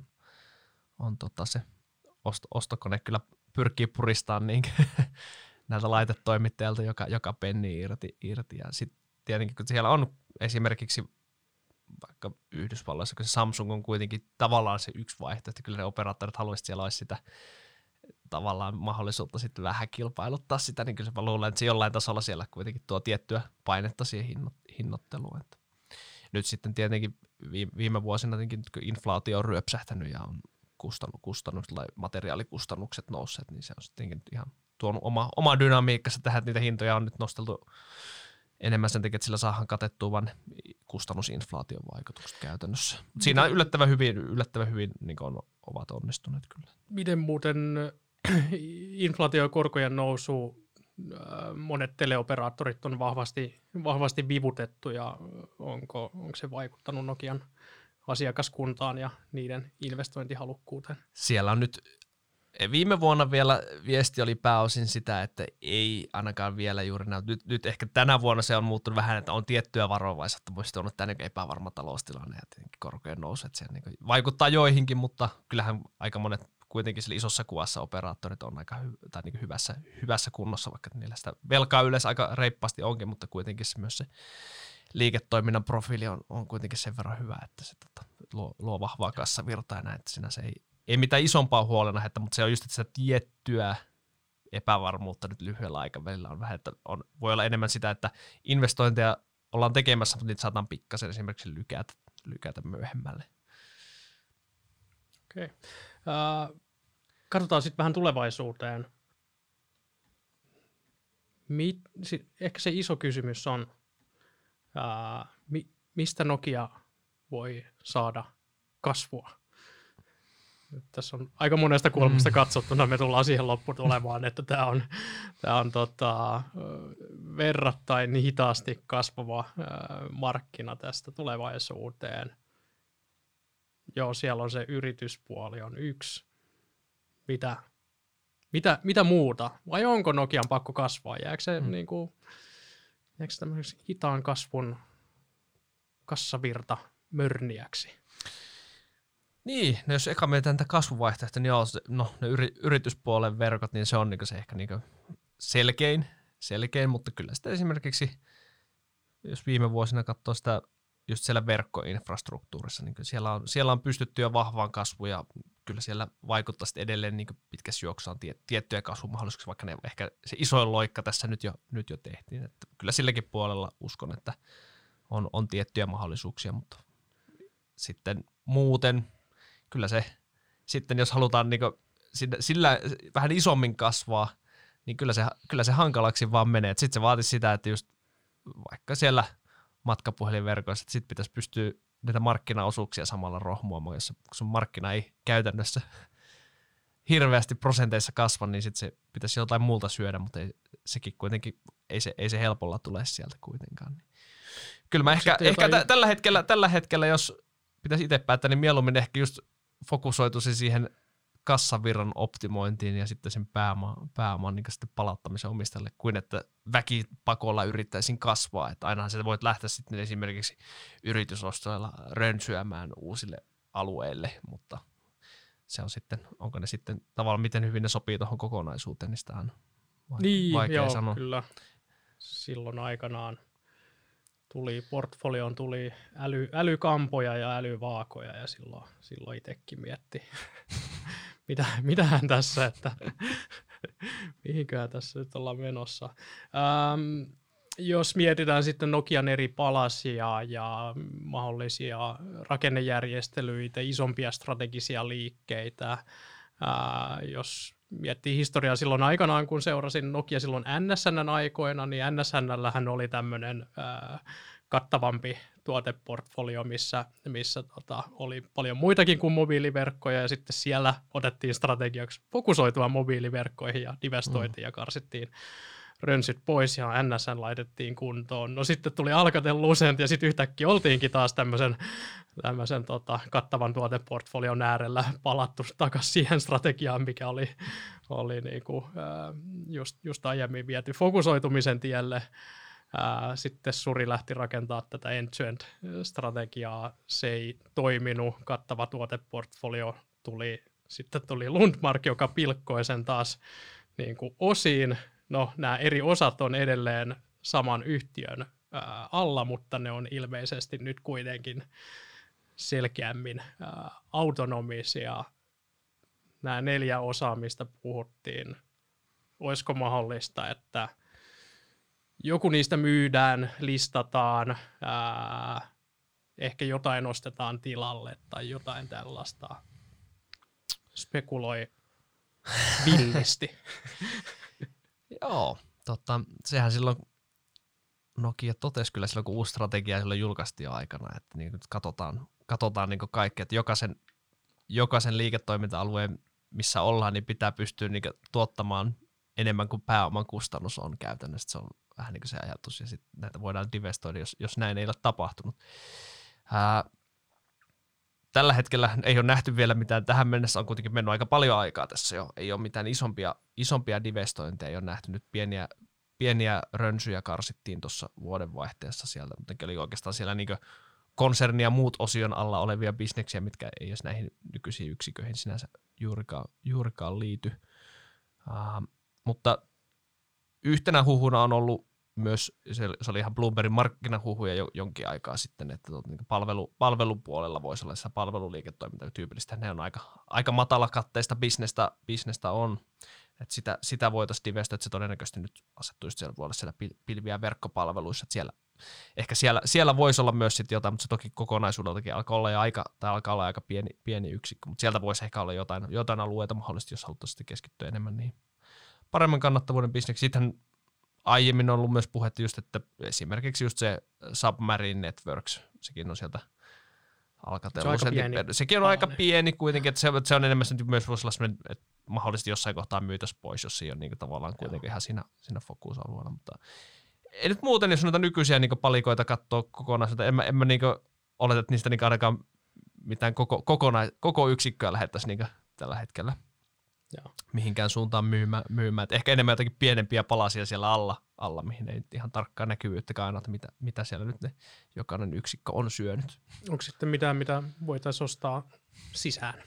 on se ostokone kyllä pyrkii puristamaan näiltä laitetoimittajilta joka penni irti. Ja sitten tietenkin, kun siellä on esimerkiksi vaikka Yhdysvalloissa, kun se Samsung on kuitenkin tavallaan se yksi vaihtoehto, kyllä ne operaattorit haluaisivat, että siellä olisi sitä tavallaan mahdollisuutta sitten vähän kilpailuttaa sitä, niin kyllä mä luulen, että se jollain tasolla siellä kuitenkin tuo tiettyä painetta siihen hinnoitteluun. Että nyt sitten tietenkin viime vuosina tietenkin, kun inflaatio on ryöpsähtänyt ja on kustannukset tai materiaalikustannukset nousseet, niin se on sitten ihan tuonut oma dynamiikkansa tähän, että niitä hintoja on nyt nosteltu enemmän sen takia, että sillä saadaan katettua vain kustannusinflaation vaikutukset käytännössä. Mutta siinä yllättävän hyvin ovat onnistuneet kyllä. Miten muuten inflaatio ja korkojen nousu, monet teleoperaattorit on vahvasti vivutettu ja onko se vaikuttanut Nokian asiakaskuntaan ja niiden investointihalukkuuteen? Siellä on nyt viime vuonna vielä viesti oli pääosin sitä, että ei ainakaan vielä juuri näy. Nyt ehkä tänä vuonna se on muuttunut vähän, että on tiettyä varovaisuutta. Voisi olla tämä epävarma taloustilanne ja tietenkin korkojen nousu. Että se vaikuttaa joihinkin, mutta kyllähän aika monet kuitenkin sillä isossa kuvassa operaattorit on aika hyvässä kunnossa, vaikka niillä sitä velkaa yleensä aika reippaasti onkin, mutta kuitenkin myös se liiketoiminnan profiili on kuitenkin sen verran hyvä, että se luo vahvaa kassavirtaa ja näin, että sinänsä ei mitään isompaa huolenaihetta, mutta se on just, että sitä tiettyä epävarmuutta nyt lyhyellä aikavälillä on vähän, että voi olla enemmän sitä, että investointeja ollaan tekemässä, mutta niitä saadaan pikkasen esimerkiksi lykätä myöhemmälle. Okei. Katsotaan sitten vähän tulevaisuuteen. Ehkä se iso kysymys on, mistä Nokia voi saada kasvua? Tässä on aika monesta kulmasta katsottuna, me tullaan siihen lopputulemaan, että tämä on verrattain hitaasti kasvava markkina tästä tulevaisuuteen. Joo, siellä on se yrityspuoli on yksi. Mitä muuta? Vai onko Nokian pakko kasvaa? Jääkö se tämmöiseksi hitaan kasvun kassavirta mörniäksi? Niin, no jos eka mietitään tätä kasvuvaihtoehtoa, niin ne yrityspuolen verkot, niin se on niinku se ehkä niinku selkein, mutta kyllä sitä esimerkiksi, jos viime vuosina katsoo sitä just siellä verkkoinfrastruktuurissa, niin siellä on pystytty jo vahvaan kasvuun ja kyllä siellä vaikuttaa edelleen niin pitkässä juoksussa on tiettyjä kasvumahdollisuuksia, vaikka ne ehkä se isoin loikka tässä nyt jo tehtiin. Että kyllä silläkin puolella uskon, että on tiettyjä mahdollisuuksia, mutta sitten muuten kyllä se sitten, jos halutaan niin sillä vähän isommin kasvaa, niin kyllä se hankalaksi vaan menee. Sitten se vaatisi sitä, että just vaikka siellä matkapuhelinverkoissa, että sitten pitäisi pystyä näitä markkinaosuuksia samalla rohmuamaan, jos sun markkina ei käytännössä hirveästi prosenteissa kasva, niin sitten se pitäisi jotain muuta syödä, mutta sekin kuitenkin, ei se helpolla tule sieltä kuitenkaan. Kyllä mä ehkä tällä hetkellä, jos pitäisi itse päättää, niin mieluummin ehkä just fokusoituisi siihen kassavirran optimointiin ja sitten sen pääoman niin sitten palauttamisen omistajalle, kuin että väkipakolla yrittäisin kasvaa. Että ainahan sä voit lähteä sitten esimerkiksi yritysostoilla rönsyämään uusille alueille, mutta se on sitten, onko ne sitten tavallaan miten hyvin ne sopii tuohon kokonaisuuteen, niin sitä on vaikea sanoa. Kyllä. Silloin aikanaan portfolioon tuli älykampoja ja älyvaakoja ja silloin itsekin mietti, mitähän tässä, että mihinköhän tässä nyt ollaan menossa. Jos mietitään sitten Nokian eri palasia ja mahdollisia rakennejärjestelyitä, isompia strategisia liikkeitä, jos miettii historiaa silloin aikanaan, kun seurasin Nokia silloin NSN:n aikoina, niin NSN:llähän oli tämmöinen kattavampi tuoteportfolio, missä oli paljon muitakin kuin mobiiliverkkoja, ja sitten siellä otettiin strategiaksi fokusoitua mobiiliverkkoihin ja divestoitiin ja karsittiin rönsyt pois ja NSN laitettiin kuntoon. No sitten tuli Alcatel-Lucent ja sitten yhtäkkiä oltiinkin taas tämmöisen kattavan tuoteportfolion äärellä palattu takaisin siihen strategiaan, mikä oli niinku, just aiemmin viety fokusoitumisen tielle. Sitten Suri lähti rakentamaan tätä end-to-end-strategiaa. Se ei toiminut, kattava tuoteportfolio sitten tuli Lundmark, joka pilkkoi sen taas niin kuin osiin. No, nämä eri osat on edelleen saman yhtiön alla, mutta ne on ilmeisesti nyt kuitenkin selkeämmin autonomisia. Nämä 4 osaa, mistä puhuttiin, olisiko mahdollista, että joku niistä myydään, listataan, ehkä jotain ostetaan tilalle tai jotain tällaista. Spekuloi villisti. Joo, sehän silloin Nokia totesi kyllä silloin, kun uusi strategia silloin julkaistiin jo aikana, että niin katsotaan niin kaikki, että jokaisen liiketoiminta-alueen, missä ollaan, niin pitää pystyä niin tuottamaan enemmän kuin pääoman kustannus on käytännössä. Se on vähän niin kuin se ajatus, ja sitten näitä voidaan divestoida, jos näin ei ole tapahtunut. Tällä hetkellä ei ole nähty vielä mitään. Tähän mennessä on kuitenkin mennyt aika paljon aikaa tässä jo. Ei ole mitään isompia divestointeja, ei ole nähty. Nyt pieniä rönsyjä karsittiin tuossa vuodenvaihteessa sieltä, mutta oli oikeastaan siellä niin konserni ja muut osion alla olevia bisneksiä, mitkä ei edes näihin nykyisiin yksiköihin sinänsä juurikaan liity. Mutta yhtenä huhuna on ollut myös, se oli ihan Bloombergin markkinahuhuja jonkin aikaa sitten, että palvelupuolella voisi olla palveluliiketoiminta tyypillistä. Ne on aika matalakatteista bisnestä on, että sitä voitaisiin divestoida, että se todennäköisesti nyt asettuisi siellä pilvi- ja verkkopalveluissa, että siellä voisi olla myös sitten jotain, mutta se toki kokonaisuudeltakin alkaa olla aika pieni yksikkö, mutta sieltä voisi ehkä olla jotain alueita mahdollisesti, jos haluttaisiin keskittyä enemmän niihin paremman kannattavuuden bisneksi. Sitten aiemmin on ollut myös puhetta just, että esimerkiksi just se Submarine Networks, sekin on sieltä Alcatel-Lucentin. Sekin on aika pieni kuitenkin, että se on enemmän myös voisi olla sellainen, että mahdollisesti jossain kohtaa myytäisi pois, jos se ei ole niin tavallaan kuitenkin ihan siinä fokusalueella. Mutta ei nyt muuten, jos noita nykyisiä niin palikoita katsoo kokonaisuutta, en mä niin oleta, että niistä niin ainakaan mitään koko yksikköä lähettäisiin niin tällä hetkellä Joo. mihinkään suuntaan myymään. Et ehkä enemmän jotakin pienempiä palasia siellä alla, mihin ei ihan tarkkaa näkyvyyttäkään aina, että mitä siellä nyt ne jokainen yksikkö on syönyt. Onko sitten mitään, mitä voitaisiin ostaa sisään?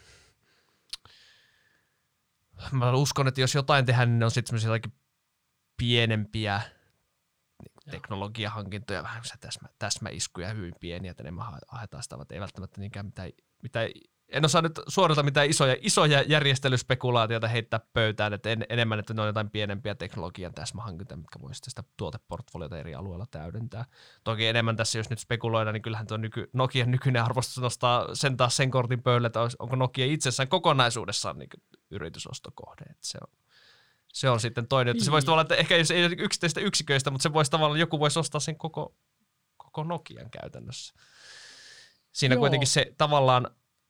Mä uskon, että jos jotain tehdään, niin ne on sitten semmoisia jotakin pienempiä teknologiahankintoja, vähän täsmäiskuja, hyvin pieniä, että enemmän haetaan sitä, että ei välttämättä niinkään mitään en osaa nyt suorilta mitään isoja järjestelyspekulaatioita heittää pöytään, että enemmän, että ne on jotain pienempiä teknologian täsmähankintoja, mitkä voisivat sitä tuoteportfoliota eri alueilla täydentää. Toki enemmän tässä, jos nyt spekuloidaan, niin kyllähän tuo Nokian nykyinen arvostus nostaa sen kortin pöydälle, että onko Nokia itsessään kokonaisuudessaan niin yritysostokohde. Että se on sitten toinen, että se voisi tavallaan, että ehkä ei yksittäisistä yksiköistä, mutta se voisi tavallaan, joku voisi ostaa sen koko Nokian käytännössä. Siinä kuitenkin se tavallaan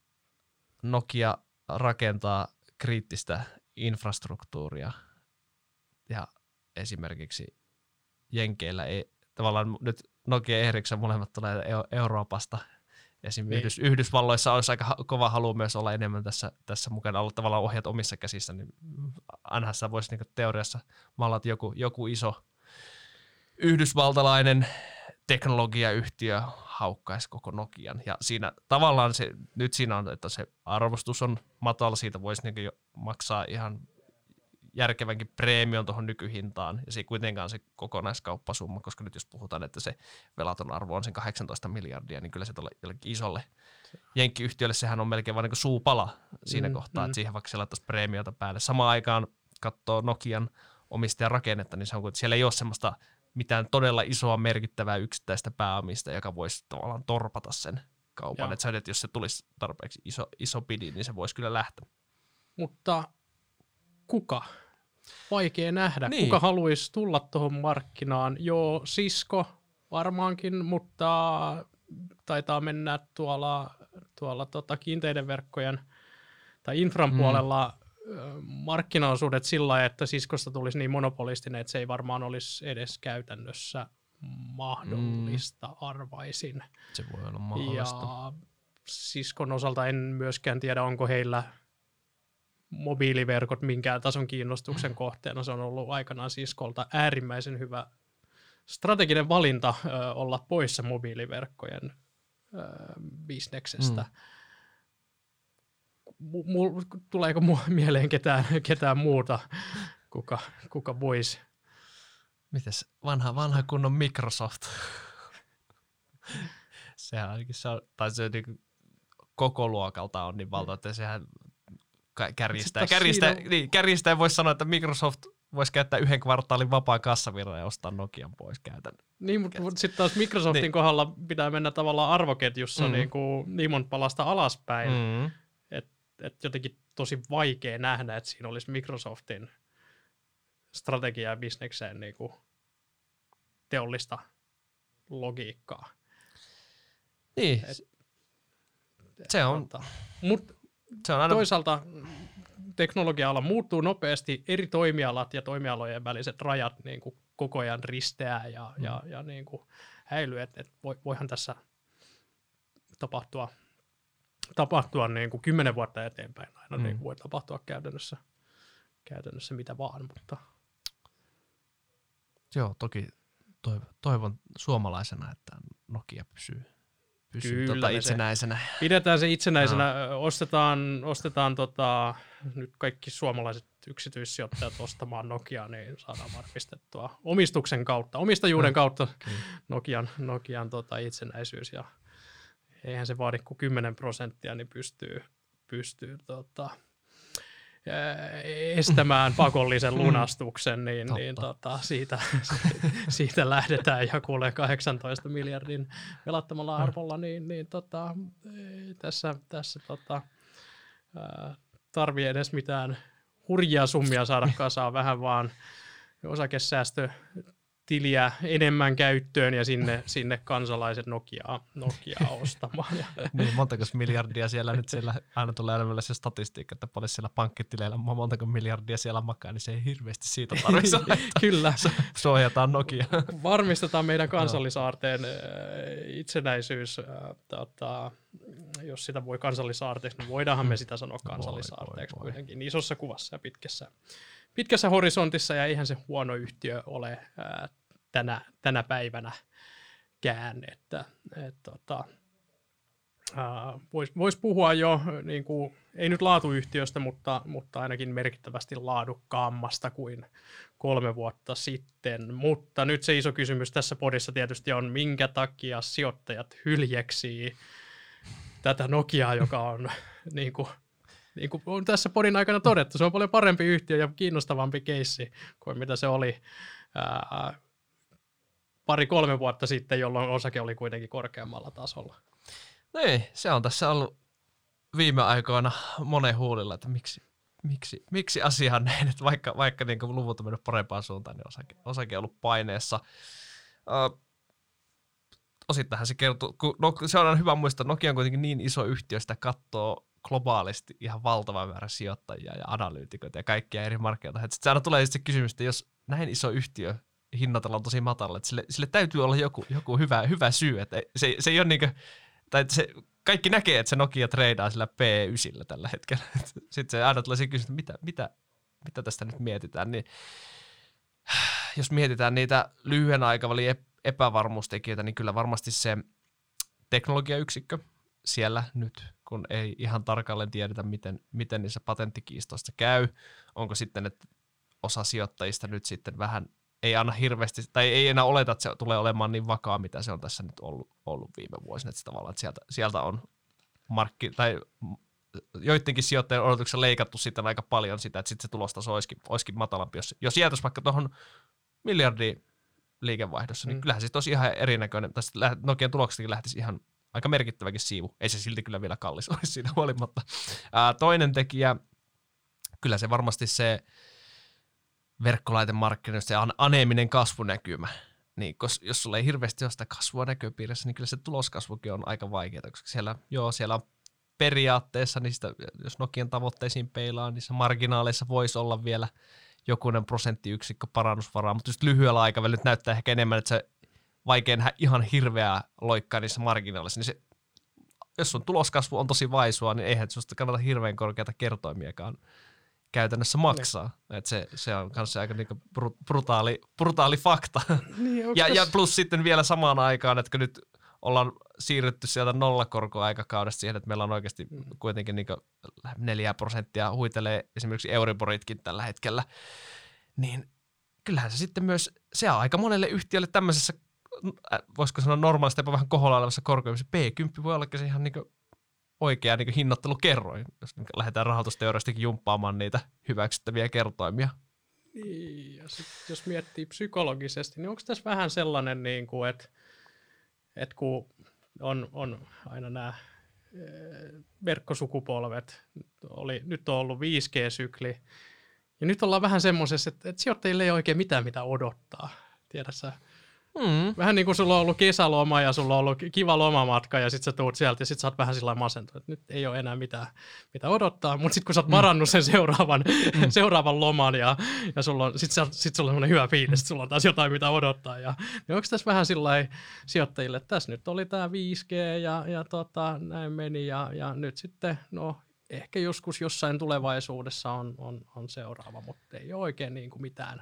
Nokia rakentaa kriittistä infrastruktuuria ja esimerkiksi Jenkeillä ei tavallaan nyt Nokia ja Ericsson molemmat tulee Euroopasta. Esimerkiksi Yhdysvalloissa olisi aika kova halu myös olla enemmän tässä mukana, olla tavallaan ohjat omissa käsissä, niin ainahan sitä voisi niinku teoriassa maalata joku iso yhdysvaltalainen teknologiayhtiö haukkaisi koko Nokian. Ja siinä tavallaan nyt siinä on, että se arvostus on matala, siitä voisi niinku jo maksaa ihan järkevänkin preemion tuohon nykyhintaan, ja se ei kuitenkaan se kokonaiskauppasumma, koska nyt jos puhutaan, että se velaton arvo on sen 18 miljardia, niin kyllä se tulee jollekin isolle jenkkiyhtiölle, sehän on melkein vain niin kuin suupala siinä kohtaa, että siihen vaikka se laittaisi preemiota päälle. Samaan aikaan katsoo Nokian omistajarakennetta, niin se on, että siellä ei ole semmoista mitään todella isoa merkittävää yksittäistä pääomista, joka voisi tavallaan torpata sen kaupan. Että jos se tulisi tarpeeksi iso pidi, niin se voisi kyllä lähteä. Mutta kuka? Vaikea nähdä. Niin. Kuka haluaisi tulla tuohon markkinaan? Joo, Cisco varmaankin, mutta taitaa mennä tuolla kiinteiden verkkojen tai infran puolella markkinaosuudet sillä lailla, että Ciscosta tulisi niin monopolistinen, että se ei varmaan olisi edes käytännössä mahdollista, arvaisin. Se voi olla mahdollista. Ja Ciscon osalta en myöskään tiedä, onko heillä mobiiliverkot minkään tason kiinnostuksen kohteena. Se on ollut aikanaan Ciscolta äärimmäisen hyvä strateginen valinta olla poissa mobiiliverkkojen bisneksestä. Tuleeko mieleen ketään muuta, kuka voisi? Mites vanha kunnon Microsoft? Sehän ainakin se on, tai se niin koko luokalta on niin valtava, että sehän kärjistää voisi sanoa, että Microsoft voisi käyttää 1 kvartaalin vapaan kassavirran ja ostaa Nokian pois käytännön. Niin, mutta sitten taas Microsoftin kohdalla pitää mennä tavallaan arvoketjussa niin monta palasta alaspäin, että jotenkin tosi vaikea nähdä, että siinä olisi Microsoftin strategia ja bisnekseen niin kuin teollista logiikkaa. Niin, se on aina toisaalta teknologia-ala muuttuu nopeasti, eri toimialat ja toimialojen väliset rajat niin kuin koko ajan risteää ja niin kuin häilyy, että voihan tässä tapahtua niin kuin 10 vuotta eteenpäin aina, niin voi tapahtua käytännössä mitä vaan, mutta joo, toki toivon suomalaisena, että Nokia pysyy itsenäisenä. Pidetään se itsenäisenä, ostetaan nyt kaikki suomalaiset yksityissijoittajat ostamaan Nokiaa, niin saadaan varmistettua omistuksen kautta, omistajuuden kautta Nokian itsenäisyys, ja eihän se vaadi kuin 10%, niin pystyy estämään pakollisen lunastuksen, niin siitä lähdetään ja kuulee 18 miljardin velattomalla arvolla, niin tässä tarvii edes mitään hurjia summia saada kasaan, vähän vaan osakesäästötiliä enemmän käyttöön ja sinne kansalaiset Nokiaa ostamaan. Niin, montako miljardia siellä aina tulee enemmän se statistiikka, että paljon siellä pankkitileillä montako miljardia siellä makaa, niin se ei hirveästi siitä tarvitse. Kyllä. Suojataan Nokia. Varmistetaan meidän kansallisaarteen itsenäisyys jos sitä voi kansallisaarteeksi, niin voidaanhan me sitä sanoa kansallisaarteeksi kuitenkin isossa kuvassa ja pitkässä horisontissa, ja eihän se huono yhtiö ole tänä päivänäkään, että vois puhua jo, niin kuin, ei nyt laatuyhtiöstä, mutta ainakin merkittävästi laadukkaammasta kuin 3 vuotta sitten. Mutta nyt se iso kysymys tässä podissa tietysti on, minkä takia sijoittajat hyljeksii tätä Nokiaa, joka on, niin kuin on tässä podin aikana todettu, se on paljon parempi yhtiö ja kiinnostavampi keissi kuin mitä se oli 2-3 vuotta sitten, jolloin osake oli kuitenkin korkeammalla tasolla. No ei, se on tässä ollut viime aikoina monen huulilla, että miksi asia on näin, että vaikka niin kuin luvut on mennyt parempaan suuntaan, niin osake on ollut paineessa. Osittainhan se kertoo, kun se on hyvä muistaa, että Nokia on kuitenkin niin iso yhtiö, sitä katsoo globaalisti ihan valtava määrä sijoittajia ja analyytikoita ja kaikkia eri markkinoita. Sitten se aina tulee se kysymys, että jos näin iso yhtiö hinnoitellaan tosi matala, että sille täytyy olla joku hyvä syy, että se ei ole niin kuin, tai se, kaikki näkee, että se Nokia treidaa sillä P9 tällä hetkellä. Sitten se aina tulee se kysymys, että mitä tästä nyt mietitään. Niin, jos mietitään niitä lyhyen aikavälin epävarmuustekijöitä, niin kyllä varmasti se teknologiayksikkö siellä nyt, kun ei ihan tarkalleen tiedetä, miten niissä patenttikiistoissa käy. Onko sitten, että osa sijoittajista nyt sitten vähän ei anna hirveästi, tai ei enää oleta, että se tulee olemaan niin vakaa, mitä se on tässä nyt ollut viime vuosina. Että tavallaan, että sieltä on tai joidenkin sijoittajien odotuksessa leikattu sitten aika paljon sitä, että sitten se tulostaso olisikin matalampi. Jos jäätäisiin vaikka tuohon miljardiin liikevaihdossa, niin kyllähän se olisi ihan erinäköinen. Nokian tuloksestakin lähtisi ihan aika merkittäväkin siivu. Ei se silti kyllä vielä kallis olisi siitä huolimatta. Toinen kyllä se varmasti se verkkolaitemarkkinoista se aneeminen kasvunäkymä. Niin, jos sulla ei hirveästi ole sitä kasvua näköpiirissä, niin kyllä se tuloskasvukin on aika vaikeaa, koska siellä on periaatteessa, jos Nokian tavoitteisiin peilaa, niissä marginaaleissa voisi olla vielä jokunen prosenttiyksikkö parannusvaraa, mutta just lyhyellä aikavälillä nyt näyttää ehkä enemmän, että se vaikea nähdä ihan hirveää loikkaa niissä marginaaleissa, niin jos sun tuloskasvu on tosi vaisua, niin eihän susta kannata hirveän korkeata kertoimiakaan käytännössä maksaa. Että se on kanssa aika niinku brutaali fakta. Niin, ja plus sitten vielä samaan aikaan, että kun nyt ollaan siirrytty sieltä nollakorkoaikakaudesta siihen, että meillä on oikeasti kuitenkin niinku 4% huitelee esimerkiksi Euriboritkin tällä hetkellä, niin kyllähän se sitten myös, se on aika monelle yhtiölle tämmöisessä, voisiko sanoa normaalista jopa vähän koholla olevassa korkoimissa, P10 voi olla se ihan niinku oikea niin hinnoittelukerroin, jos lähdetään rahoitusteoriastakin jumppaamaan niitä hyväksyttäviä kertoimia. Niin, ja sit, jos miettii psykologisesti, niin onko tässä vähän sellainen, niin kuin, että kun on aina nämä verkkosukupolvet, nyt on ollut 5G-sykli, ja nyt ollaan vähän semmoisessa, että sijoittajille ei ole oikein mitään, mitä odottaa, tiedätkö? Vähän niin kuin sulla on ollut kesäloma ja sulla on ollut kiva lomamatka ja sit sä tuut sieltä ja sit sä oot vähän sillä masentunut, että nyt ei ole enää mitään mitä odottaa, mutta sit kun sä oot varannut sen seuraavan loman ja sit sulla on semmoinen hyvä fiilis, että sulla on taas jotain mitä odottaa niin onko tässä vähän sillai sijoittajille, että tässä nyt oli tää 5G ja näin meni ja nyt sitten ehkä joskus jossain tulevaisuudessa on seuraava, mutta ei ole oikein niin kuin mitään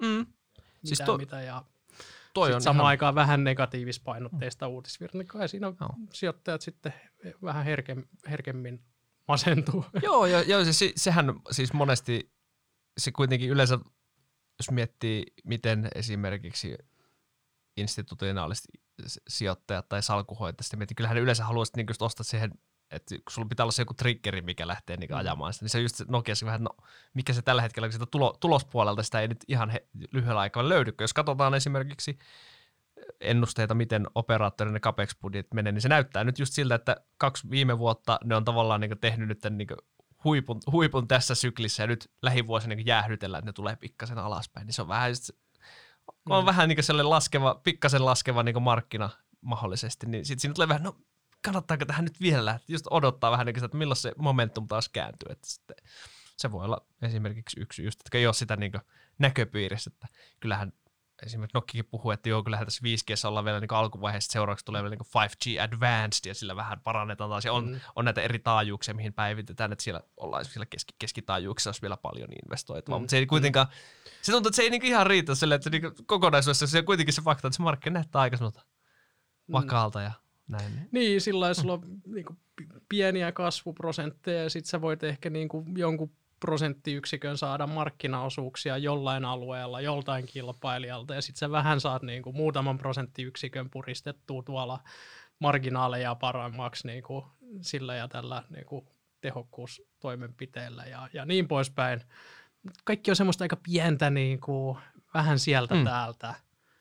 ja sitten samaan aikaan vähän negatiivispainotteista uutisvirta, niin kai siinä sijoittajat sitten vähän herkemmin masentuu. Joo, sehän siis monesti, se kuitenkin yleensä, jos miettii, miten esimerkiksi institutionaaliset sijoittajat tai salkuhoitajat, sitten kyllähän ne yleensä haluaisit niin ostaa siihen, että kun sulla pitää olla se joku triggeri, mikä lähtee niin ajamaan sitä, niin se just Nokiassa vähän, mikä se tällä hetkellä, kun sitä tulospuolelta sitä ei nyt ihan lyhyellä aikaa löydy. Jos katsotaan esimerkiksi ennusteita, miten operaattorin CapEx-budjetit menee, niin se näyttää nyt just siltä, että 2 viime vuotta ne on tavallaan niin tehnyt nyt niin huipun tässä syklissä ja nyt lähivuosina niin jäähdytellään, että ne tulee pikkasen alaspäin. Niin se on vähän, on vähän niin sellainen pikkasen laskeva niin markkina mahdollisesti, niin sitten siinä tulee vähän, kannattaako tähän nyt vielä lähteä? Just odottaa vähän niin kuin sitä, että milloin se momentum taas kääntyy. Että se voi olla esimerkiksi yksi just, että ei ole sitä niin näköpiirissä, että kyllähän esimerkiksi Nokiakin puhuu, että joo, kyllähän tässä 5G:ssä ollaan vielä niin alkuvaiheessa, seuraavaksi tulee vielä niin 5G Advanced, ja sillä vähän parannetaan taas, ja on näitä eri taajuuksia, mihin päivitetään, että siellä ollaan siellä keskitaajuuksissa olisi vielä paljon investoitavaa, mutta se ei kuitenkaan, se tuntuu, että se ei niin ihan riitä sille, että niin kokonaisuudessa se on kuitenkin se fakta, että se markkina näyttää aika vakaalta ja näin. Niin, sillä jos sulla on niin pieniä kasvuprosentteja, ja sitten sä voit ehkä niin jonkun prosenttiyksikön saada markkinaosuuksia jollain alueella, joltain kilpailijalta, ja sitten sä vähän saat niin kuin muutaman prosenttiyksikön puristettua tuolla marginaaleja paremmaksi niin kuin sillä ja tällä niin kuin tehokkuustoimenpiteellä ja niin poispäin. Kaikki on semmoista aika pientä, niin kuin, vähän sieltä täältä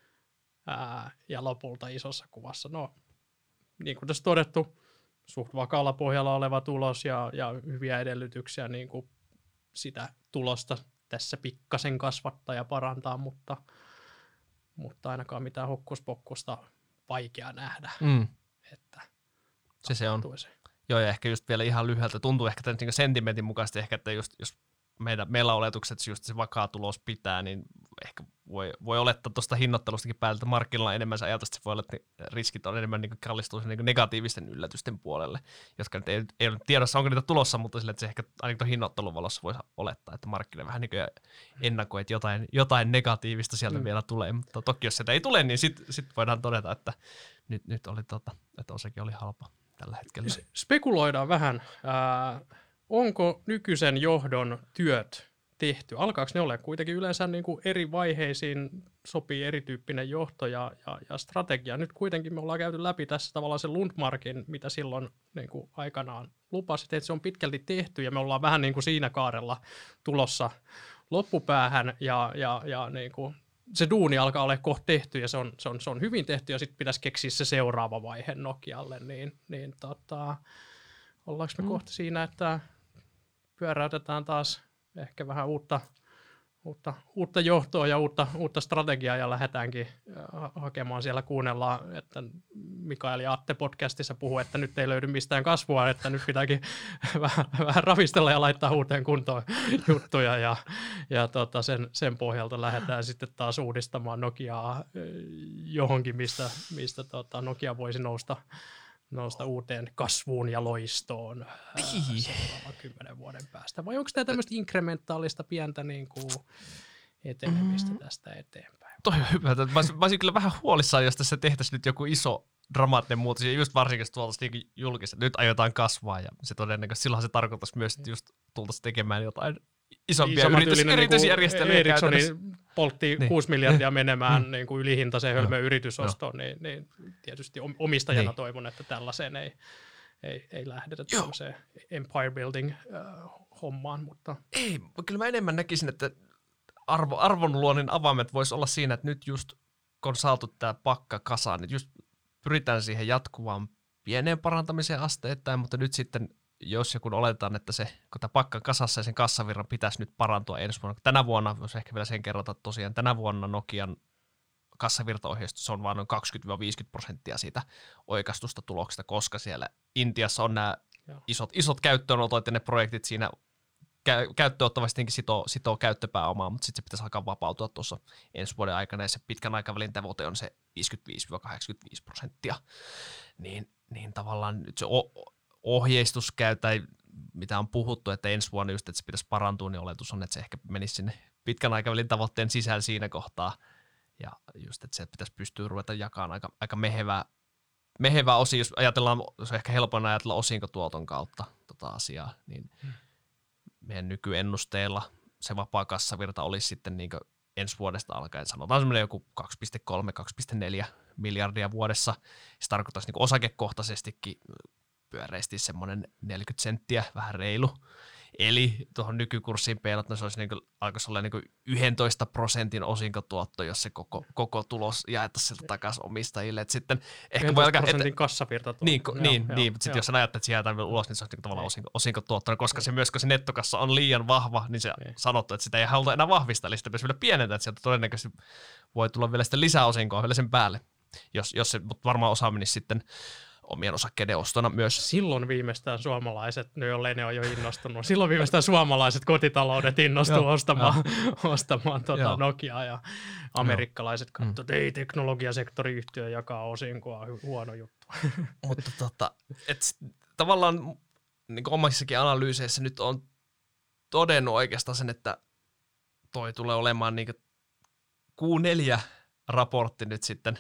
ja lopulta isossa kuvassa. No, niin kuin tässä todettu, suht vakaalla pohjalla oleva tulos ja hyviä edellytyksiä niin kuin sitä tulosta tässä pikkasen kasvattaa ja parantaa, mutta ainakaan mitään hokkuspokkusta vaikea nähdä. Että se on. Joo, ja ehkä just vielä ihan lyhyeltä tuntuu ehkä tämän niin sentimentin mukaisesti ehkä, että just, jos meillä on oletukset, että just se vakaa tulos pitää, niin ehkä voi olettaa tuosta hinnoittelustakin päällä, että markkinoilla on enemmän se ajatus, että se voi olla, että riskit on enemmän niin kallistuu niin negatiivisten yllätysten puolelle, jotka nyt ei ole tiedossa, onko niitä tulossa, mutta sille, että se ehkä ainakin tuon hinnoittelun valossa voisi olettaa, että markkina vähän niin kuin ennakoi, että jotain negatiivista sieltä vielä tulee, mutta toki jos sitä ei tule, niin sit voidaan todeta, että nyt oli että osakin oli halpa tällä hetkellä. Spekuloidaan vähän. Onko nykyisen johdon työt tehty? Alkaako ne olla kuitenkin yleensä niin kuin eri vaiheisiin sopii erityyppinen johto ja strategia? Nyt kuitenkin me ollaan käyty läpi tässä tavallaan se Lundmarkin, mitä silloin niin kuin aikanaan lupasit, että se on pitkälti tehty ja me ollaan vähän niin kuin siinä kaarella tulossa loppupäähän ja niin kuin se duuni alkaa olla kohta tehty ja se on hyvin tehty ja sitten pitäisi keksiä se seuraava vaihe Nokialle, niin ollaanko me kohta siinä, että pyöräytetään taas ehkä vähän uutta johtoa ja uutta strategiaa ja lähdetäänkin hakemaan siellä, kuunnellaan, että Mikael ja Atte podcastissa puhuu, että nyt ei löydy mistään kasvua, että nyt pitääkin vähän ravistella ja laittaa uuteen kuntoon juttuja ja sen pohjalta lähdetään sitten taas uudistamaan Nokiaa johonkin, mistä Nokia voisi nousta uuteen kasvuun ja loistoon seuraavan 10 vuoden päästä. Vai onko tämä tämmöistä inkrementaalista pientä niin kuin etenemistä tästä eteenpäin? Toi on hyvä. Mä olisin kyllä vähän huolissaan, jos tässä tehtäisiin nyt joku iso dramaattinen muutos, ja just varsinkin tuolta niin julkista, nyt aiotaan kasvaa, ja se todennäköisesti silloin se tarkoittaisi myös, että just tultaisiin tekemään jotain isompia yritysjärjestelyjä. Ericssoni poltti 6 miljardia menemään niin kuin ylihintaiseen hölmöön yritysostoon, niin tietysti omistajana toivon, että tällaiseen ei lähdetä tämmöiseen empire building hommaan. Mutta ei, kyllä mä enemmän näkisin, että arvonluonnin avaimet voisi olla siinä, että nyt just kun on saatu tämä pakka kasaan, niin just pyritään siihen jatkuvaan pieneen parantamiseen asteittain, mutta nyt sitten jos ja kun oletetaan, että se, kun tämä pakka kasassa ja sen kassavirran pitäisi nyt parantua ensi vuonna. Tänä vuonna, jos ehkä vielä sen kerrota, tosiaan tänä vuonna Nokian kassavirtaohjeistus on vain noin 20-50% siitä oikastusta tuloksesta, koska siellä Intiassa on nämä isot käyttöönotot ja ne projektit siinä käyttöönottavasti sitoo käyttöpääomaa, mutta sitten se pitäisi alkaa vapautua tuossa ensi vuoden aikana ja se pitkän aikavälin tavoite on se 55-85%. Niin tavallaan nyt se ohjeistus käy, tai mitä on puhuttu, että ensi vuonna just, että se pitäisi parantua, niin oletus on, että se ehkä menisi sinne pitkän aikavälin tavoitteen sisällä siinä kohtaa. Ja just, että se pitäisi pystyä ruveta jakamaan aika mehevää osia, jos ajatellaan, jos on ehkä helpoin ajatella osinkotuoton kautta asiaa, niin meidän nykyennusteella se vapaa kassavirta olisi sitten niin ensi vuodesta alkaen, sanotaan semmoinen joku 2,3-2,4 miljardia vuodessa. Se tarkoittaisi niin osakekohtaisestikin pyöreästi semmoinen 40 senttiä, vähän reilu. Eli tuohon nykykurssiin peilattuna se olisi alkaisi olla 11% osinkotuotto, jos se koko tulos jaettaisiin sieltä takaisin omistajille. Et sitten ehkä voi 11% kassavirta. Mutta sitten jos sä ajattelet, että se jaetaan ulos, niin se olisi tavallaan osinkotuottona, koska se myös, kun se nettokassa on liian vahva, niin se sanottu, että sitä ei haluta enää vahvistaa, eli sitä pitäisi vielä pienentää, että sieltä todennäköisesti voi tulla vielä sitten lisää osinkoa vielä sen päälle, jos se, mutta varmaan osa menisi sitten omien osakkeiden ostona myös. Silloin viimeistään suomalaiset, jollei ne ole jo innostunut, silloin viimeistään suomalaiset kotitaloudet innostuu ostamaan Nokiaa ja amerikkalaiset katsovat, että ei teknologiasektoriyhtiö jakaa osinkoa, huono juttu. Mutta tavallaan niin omissakin analyyseissä nyt on todennut oikeastaan sen, että toi tulee olemaan niin Q4-raportti nyt sitten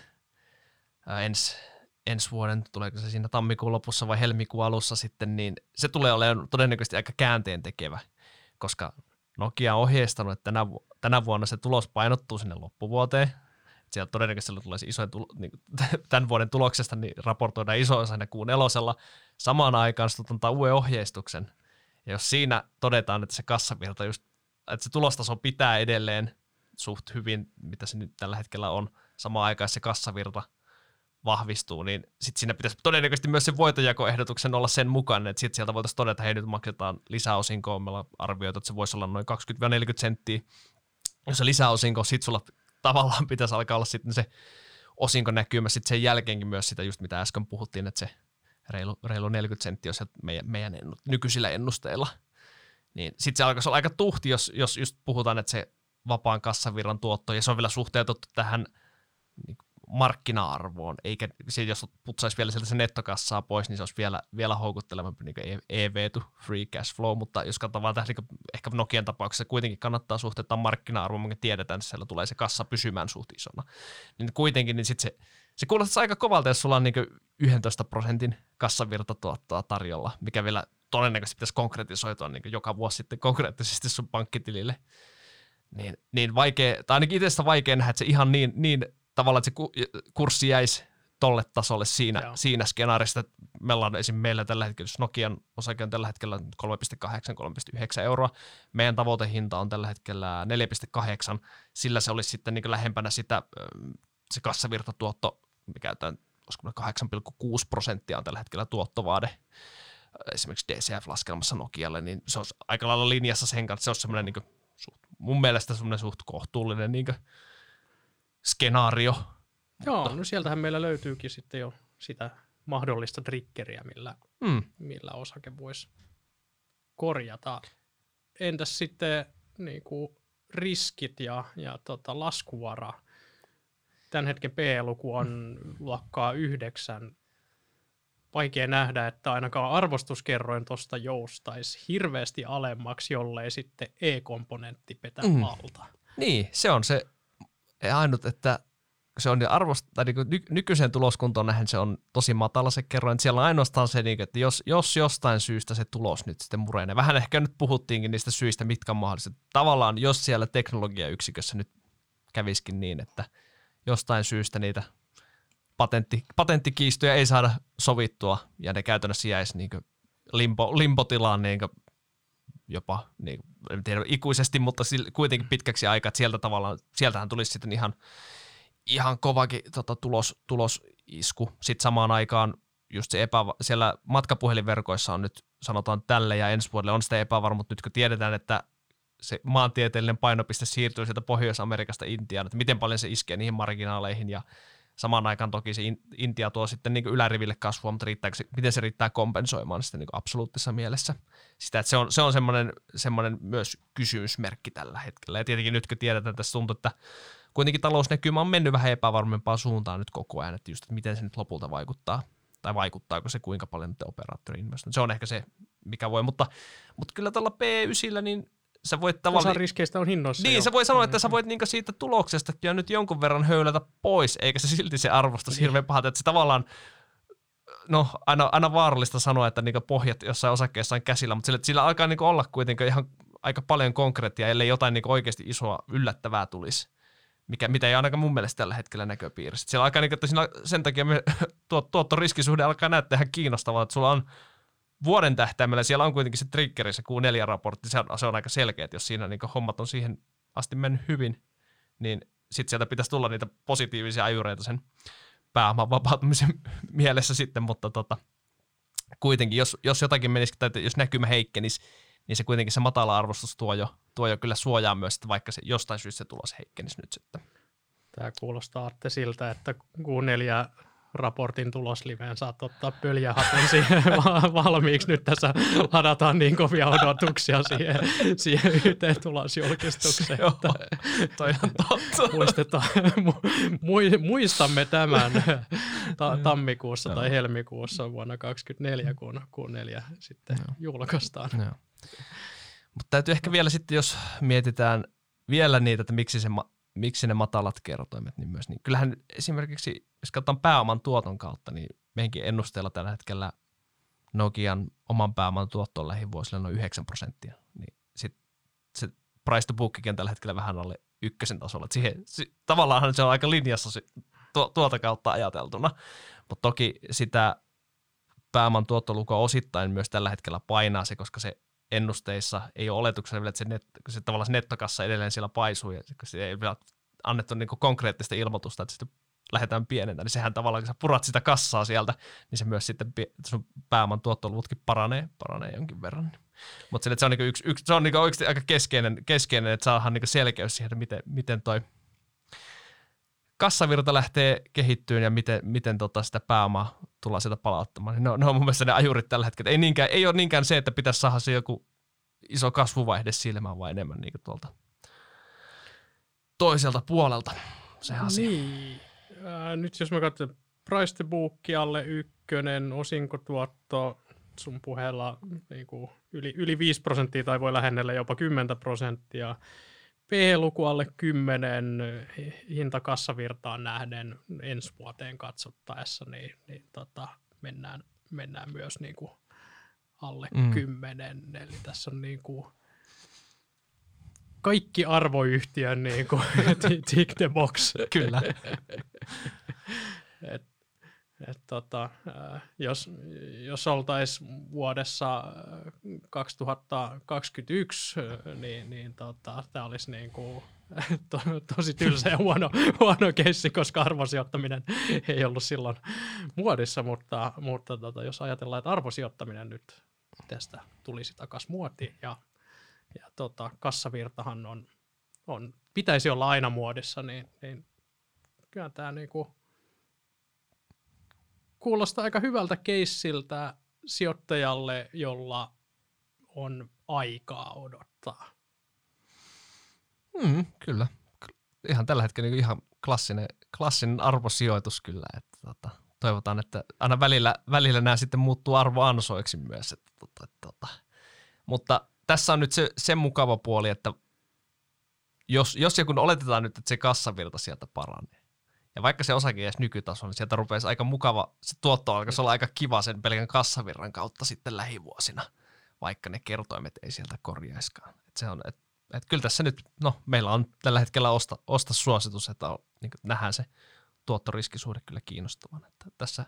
ensi vuoden, tuleeko se siinä tammikuun lopussa vai helmikuun alussa sitten, niin se tulee olemaan todennäköisesti aika käänteentekevä, koska Nokia on ohjeistanut, että tänä vuonna se tulos painottuu sinne loppuvuoteen. Sieltä todennäköisesti tulee se isoin tämän vuoden tuloksesta, niin raportoidaan iso osa Q4. Samaan aikaan se antaa uuden ohjeistuksen. Ja jos siinä todetaan, että se kassavirta just, että se tulostaso pitää edelleen suht hyvin, mitä se nyt tällä hetkellä on, samaan aikaan se kassavirta vahvistuu, niin sitten siinä pitäisi todennäköisesti myös se voitonjakoehdotuksen olla sen mukainen, että sitten sieltä voitaisiin todeta, että hei, nyt maksetaan lisäosinkoa, meillä arvioitu, että se voisi olla noin 20-40 senttiä. Jos se lisäosinko, sitten sulla tavallaan pitäisi alkaa olla sitten se osinko näkymä sitten sen jälkeenkin myös sitä just mitä äsken puhuttiin, että se reilu 40 senttiä on meidän nykyisillä ennusteilla. Niin sitten se alkaisi olla aika tuhti, jos just puhutaan, että se vapaan kassavirran tuotto, ja se on vielä suhteutettu tähän niin markkina-arvoon, eikä se, jos putsaisi vielä sieltä se nettokassaa pois, niin se olisi vielä houkuttelevampi niin EV to free cash flow, mutta jos katsotaan tähän, niin ehkä Nokian tapauksessa kuitenkin kannattaa suhteuttaa markkina-arvoon, mutta tiedetään, että siellä tulee se kassa pysymään suht isona. Niin kuitenkin, niin sitten se kuulostaa aika kovalta, jos sulla on niin 11% kassavirtatuottoa tarjolla, mikä vielä todennäköisesti pitäisi konkretisoitua niin joka vuosi sitten konkreettisesti sun pankkitilille. Niin vaikea, tai ainakin itsestä vaikea nähdä, että se ihan niin tavallaan, että se kurssi jäisi tolle tasolle siinä skenaarissa, että meillä tällä hetkellä, jos Nokian osake on tällä hetkellä 3,8-3,9 euroa, meidän tavoitehinta on tällä hetkellä 4,8, sillä se olisi sitten niin lähempänä sitä, se kassavirtatuotto, mikä on 8,6% on tällä hetkellä tuottovaade, esimerkiksi DCF-laskelmassa Nokialle, niin se olisi aika lailla linjassa sen kanssa, se olisi semmoinen niin mun mielestä semmoinen suht kohtuullinen niin skenaario. Joo, no sieltähän meillä löytyykin sitten jo sitä mahdollista triggeriä, millä osake voisi korjata. Entäs sitten niin kuin riskit ja laskuvara? Tämän hetken P-luku on luokkaa 9. Vaikea nähdä, että ainakaan arvostuskerroin tuosta joustaisi hirveästi alemmaksi, jollei sitten E-komponentti petä alta. Niin, se on se ainut, että se on niin nykyiseen tuloskuntoon nähden se on tosi matala se kerroin. Siellä on ainoastaan se, että jos jostain syystä se tulos nyt sitten murenee. Vähän ehkä nyt puhuttiinkin niistä syistä, mitkä on mahdolliset. Tavallaan jos siellä teknologiayksikössä nyt käviskin niin, että jostain syystä niitä patenttikiistoja ei saada sovittua ja ne käytännössä jäisi niin limpotilaan niin jopa, niin, en tiedä ikuisesti, mutta kuitenkin pitkäksi aikaa, että sieltähän tulisi sitten ihan kovakin tulosisku. Sitten samaan aikaan just se siellä matkapuhelinverkoissa on nyt, sanotaan tälle ja ensi vuodelle on sitä epävarmuutta, nyt kun tiedetään, että se maantieteellinen painopiste siirtyy sieltä Pohjois-Amerikasta Intiaan, että miten paljon se iskee niihin marginaaleihin ja samaan aikaan toki se Intia tuo sitten niin yläriville kasvua, mutta miten se riittää kompensoimaan sitä niin absoluuttisessa mielessä. Sitä, että se on semmoinen myös kysymysmerkki tällä hetkellä. Ja tietenkin nyt kun tiedetään, että tässä tuntuu, että kuitenkin talousnäkymä on mennyt vähän epävarmempaan suuntaan nyt koko ajan, että just että miten se nyt lopulta vaikuttaa, tai vaikuttaako se kuinka paljon nyt operaattorin investointi. Se on ehkä se, mikä voi, mutta kyllä tuolla P9, niin sä voit tavallaan... Osa riskeistä on hinnoissa. Niin, jo. sä voit sanoa, että sä voit niinku siitä tuloksestakin jo nyt jonkun verran höylätä pois, eikä se silti se arvostus hirveän pahalta, että se tavallaan, no aina vaarallista sanoa, että niinku pohjat jossain osakkeessa on käsillä, mutta sillä alkaa niinku olla kuitenkin ihan aika paljon konkreettia, ellei jotain niinku oikeasti isoa yllättävää tulisi, mitä ei ainakaan mun mielestä tällä hetkellä näköpiirissä. Siellä alkaa niinku, että sen takia tuotto-riskisuhde alkaa näyttää ihan kiinnostavaa, että sulla on vuoden tähtäimellä siellä on kuitenkin se triggeri, se Q4-raportti, se on aika selkeä, että jos siinä niin hommat on siihen asti mennyt hyvin, niin sitten sieltä pitäisi tulla niitä positiivisia ajureita sen pääoman vapautumisen mielessä sitten, mutta kuitenkin, jos jotakin menisi, tai jos näkymä heikkenisi, niin se kuitenkin se matala arvostus tuo jo kyllä suojaa myös, että vaikka se jostain syystä se tulos heikkenisi nyt sitten. Tämä kuulostaa Atte siltä, että Q4 raportin tulosliveen saat ottaa pöljähatun siihen valmiiksi. Nyt tässä ladataan niin kovia odotuksia siihen yhteen tulosjulkistukseen. Joo, toi on totta. Muistamme tämän tammikuussa tai helmikuussa vuonna 2024, kun 4 sitten julkaistaan. Mutta täytyy ehkä vielä sitten, jos mietitään vielä niitä, että miksi ne matalat kertoimet, niin myös niin. Kyllähän esimerkiksi, jos katsotaan pääoman tuoton kautta, niin meidänkin ennusteella tällä hetkellä Nokian oman pääoman tuotto on lähivuosille noin 9%. Niin sit se price to bookikin tällä hetkellä vähän alle 1 tasolla. Tavallaan se on aika linjassa tuota kautta ajateltuna, mutta toki sitä pääoman tuottolukua osittain myös tällä hetkellä painaa se, koska se ennusteissa ei ole oletuksena vielä, että se tavallaan se nettokassa edelleen siellä paisuu, ja kun se ei vielä annettu niin konkreettista ilmoitusta, että sitten lähdetään pienentämään, niin sehän tavallaan, kun sä purat sitä kassaa sieltä, niin se myös sitten sun pääoman tuottoluvutkin paranee jonkin verran. Mutta se on niin se on niin oikeasti aika keskeinen, että saadaan niin selkeys siihen, että miten toi kassavirta lähtee kehittyyn ja miten sitä pääomaa tullaan sieltä palauttamaan. Ne on mun mielestä ne ajurit tällä hetkellä. Ei ole niinkään se, että pitäisi saada se joku iso kasvuvaihde silmään, vaan enemmän niin tuolta toiselta puolelta se asia. Niin. Nyt jos mä katson price to book alle 1, osinkotuotto sun puheella niin kuin yli 5% tai voi lähennellä jopa 10%. P-luku alle 10 hintakassavirtaan nähden ensi vuoteen katsottaessa, niin mennään myös niin kuin alle 10. Eli tässä on niin kuin kaikki arvoyhtiön niin kuin tick the box. Kyllä. Jos oltaisiin vuodessa 2021, niin tämä olisi niin kuin tosi tylsä ja huono keissi, koska arvosijoittaminen ei ollut silloin muodissa, mutta jos ajatellaan, että arvosijoittaminen nyt tästä tulisi takaisin muotiin ja kassavirtahan pitäisi olla aina muodissa, niin kyllä tämä niinku kuulostaa aika hyvältä keissiltä sijoittajalle, jolla on aikaa odottaa. Kyllä. Ihan tällä hetkellä niin ihan klassinen arvosijoitus kyllä. Että toivotaan, että aina välillä nämä sitten muuttuu arvoansoiksi myös. Mutta tässä on nyt se mukava puoli, että jos ja kun oletetaan nyt, että se kassavirta sieltä paranee, ja vaikka se osake jäisi nykytasolla, niin sieltä rupeaisi aika mukava, se tuotto alkaisi olla aika kiva sen pelkän kassavirran kautta sitten lähivuosina, vaikka ne kertoimet ei sieltä korjaiskaan. Että kyllä tässä nyt, meillä on tällä hetkellä osta suositus, että niin nähdään se tuottoriskisuhde kyllä kiinnostavan. Että tässä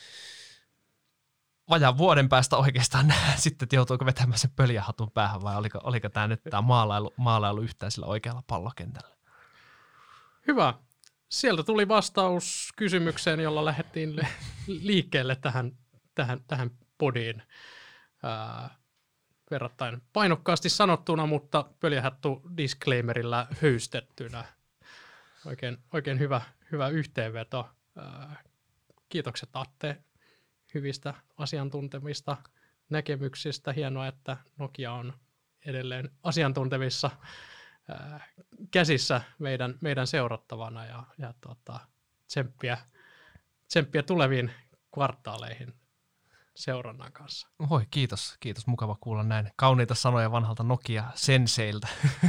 vajaan vuoden päästä oikeastaan nähdään sitten, että joutuuko vetämään sen pöljähatun päähän vai oliko tämä nyt tämä maalailu yhtään sillä oikealla pallokentällä. Hyvä. Sieltä tuli vastaus kysymykseen, jolla lähdettiin liikkeelle tähän podiin. Verrattain painokkaasti sanottuna, mutta pöljähattu disclaimerillä höystettynä. Oikein hyvä yhteenveto. Kiitokset Atte hyvistä asiantuntevista näkemyksistä. Hienoa, että Nokia on edelleen asiantuntevissa käsissä meidän seurattavana ja tsemppiä tuleviin kvartaaleihin seurannan kanssa. Oi, kiitos. Mukava kuulla näin kauniita sanoja vanhalta Nokia-senseiltä.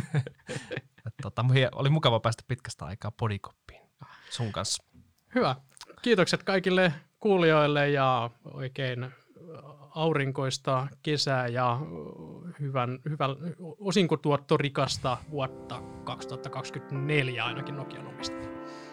Oli mukava päästä pitkästä aikaa podikoppiin sun kanssa. Hyvä. Kiitokset kaikille kuulijoille ja oikein aurinkoista kesää ja hyvän osinkotuottorikasta vuotta 2024 ainakin Nokian omistajille.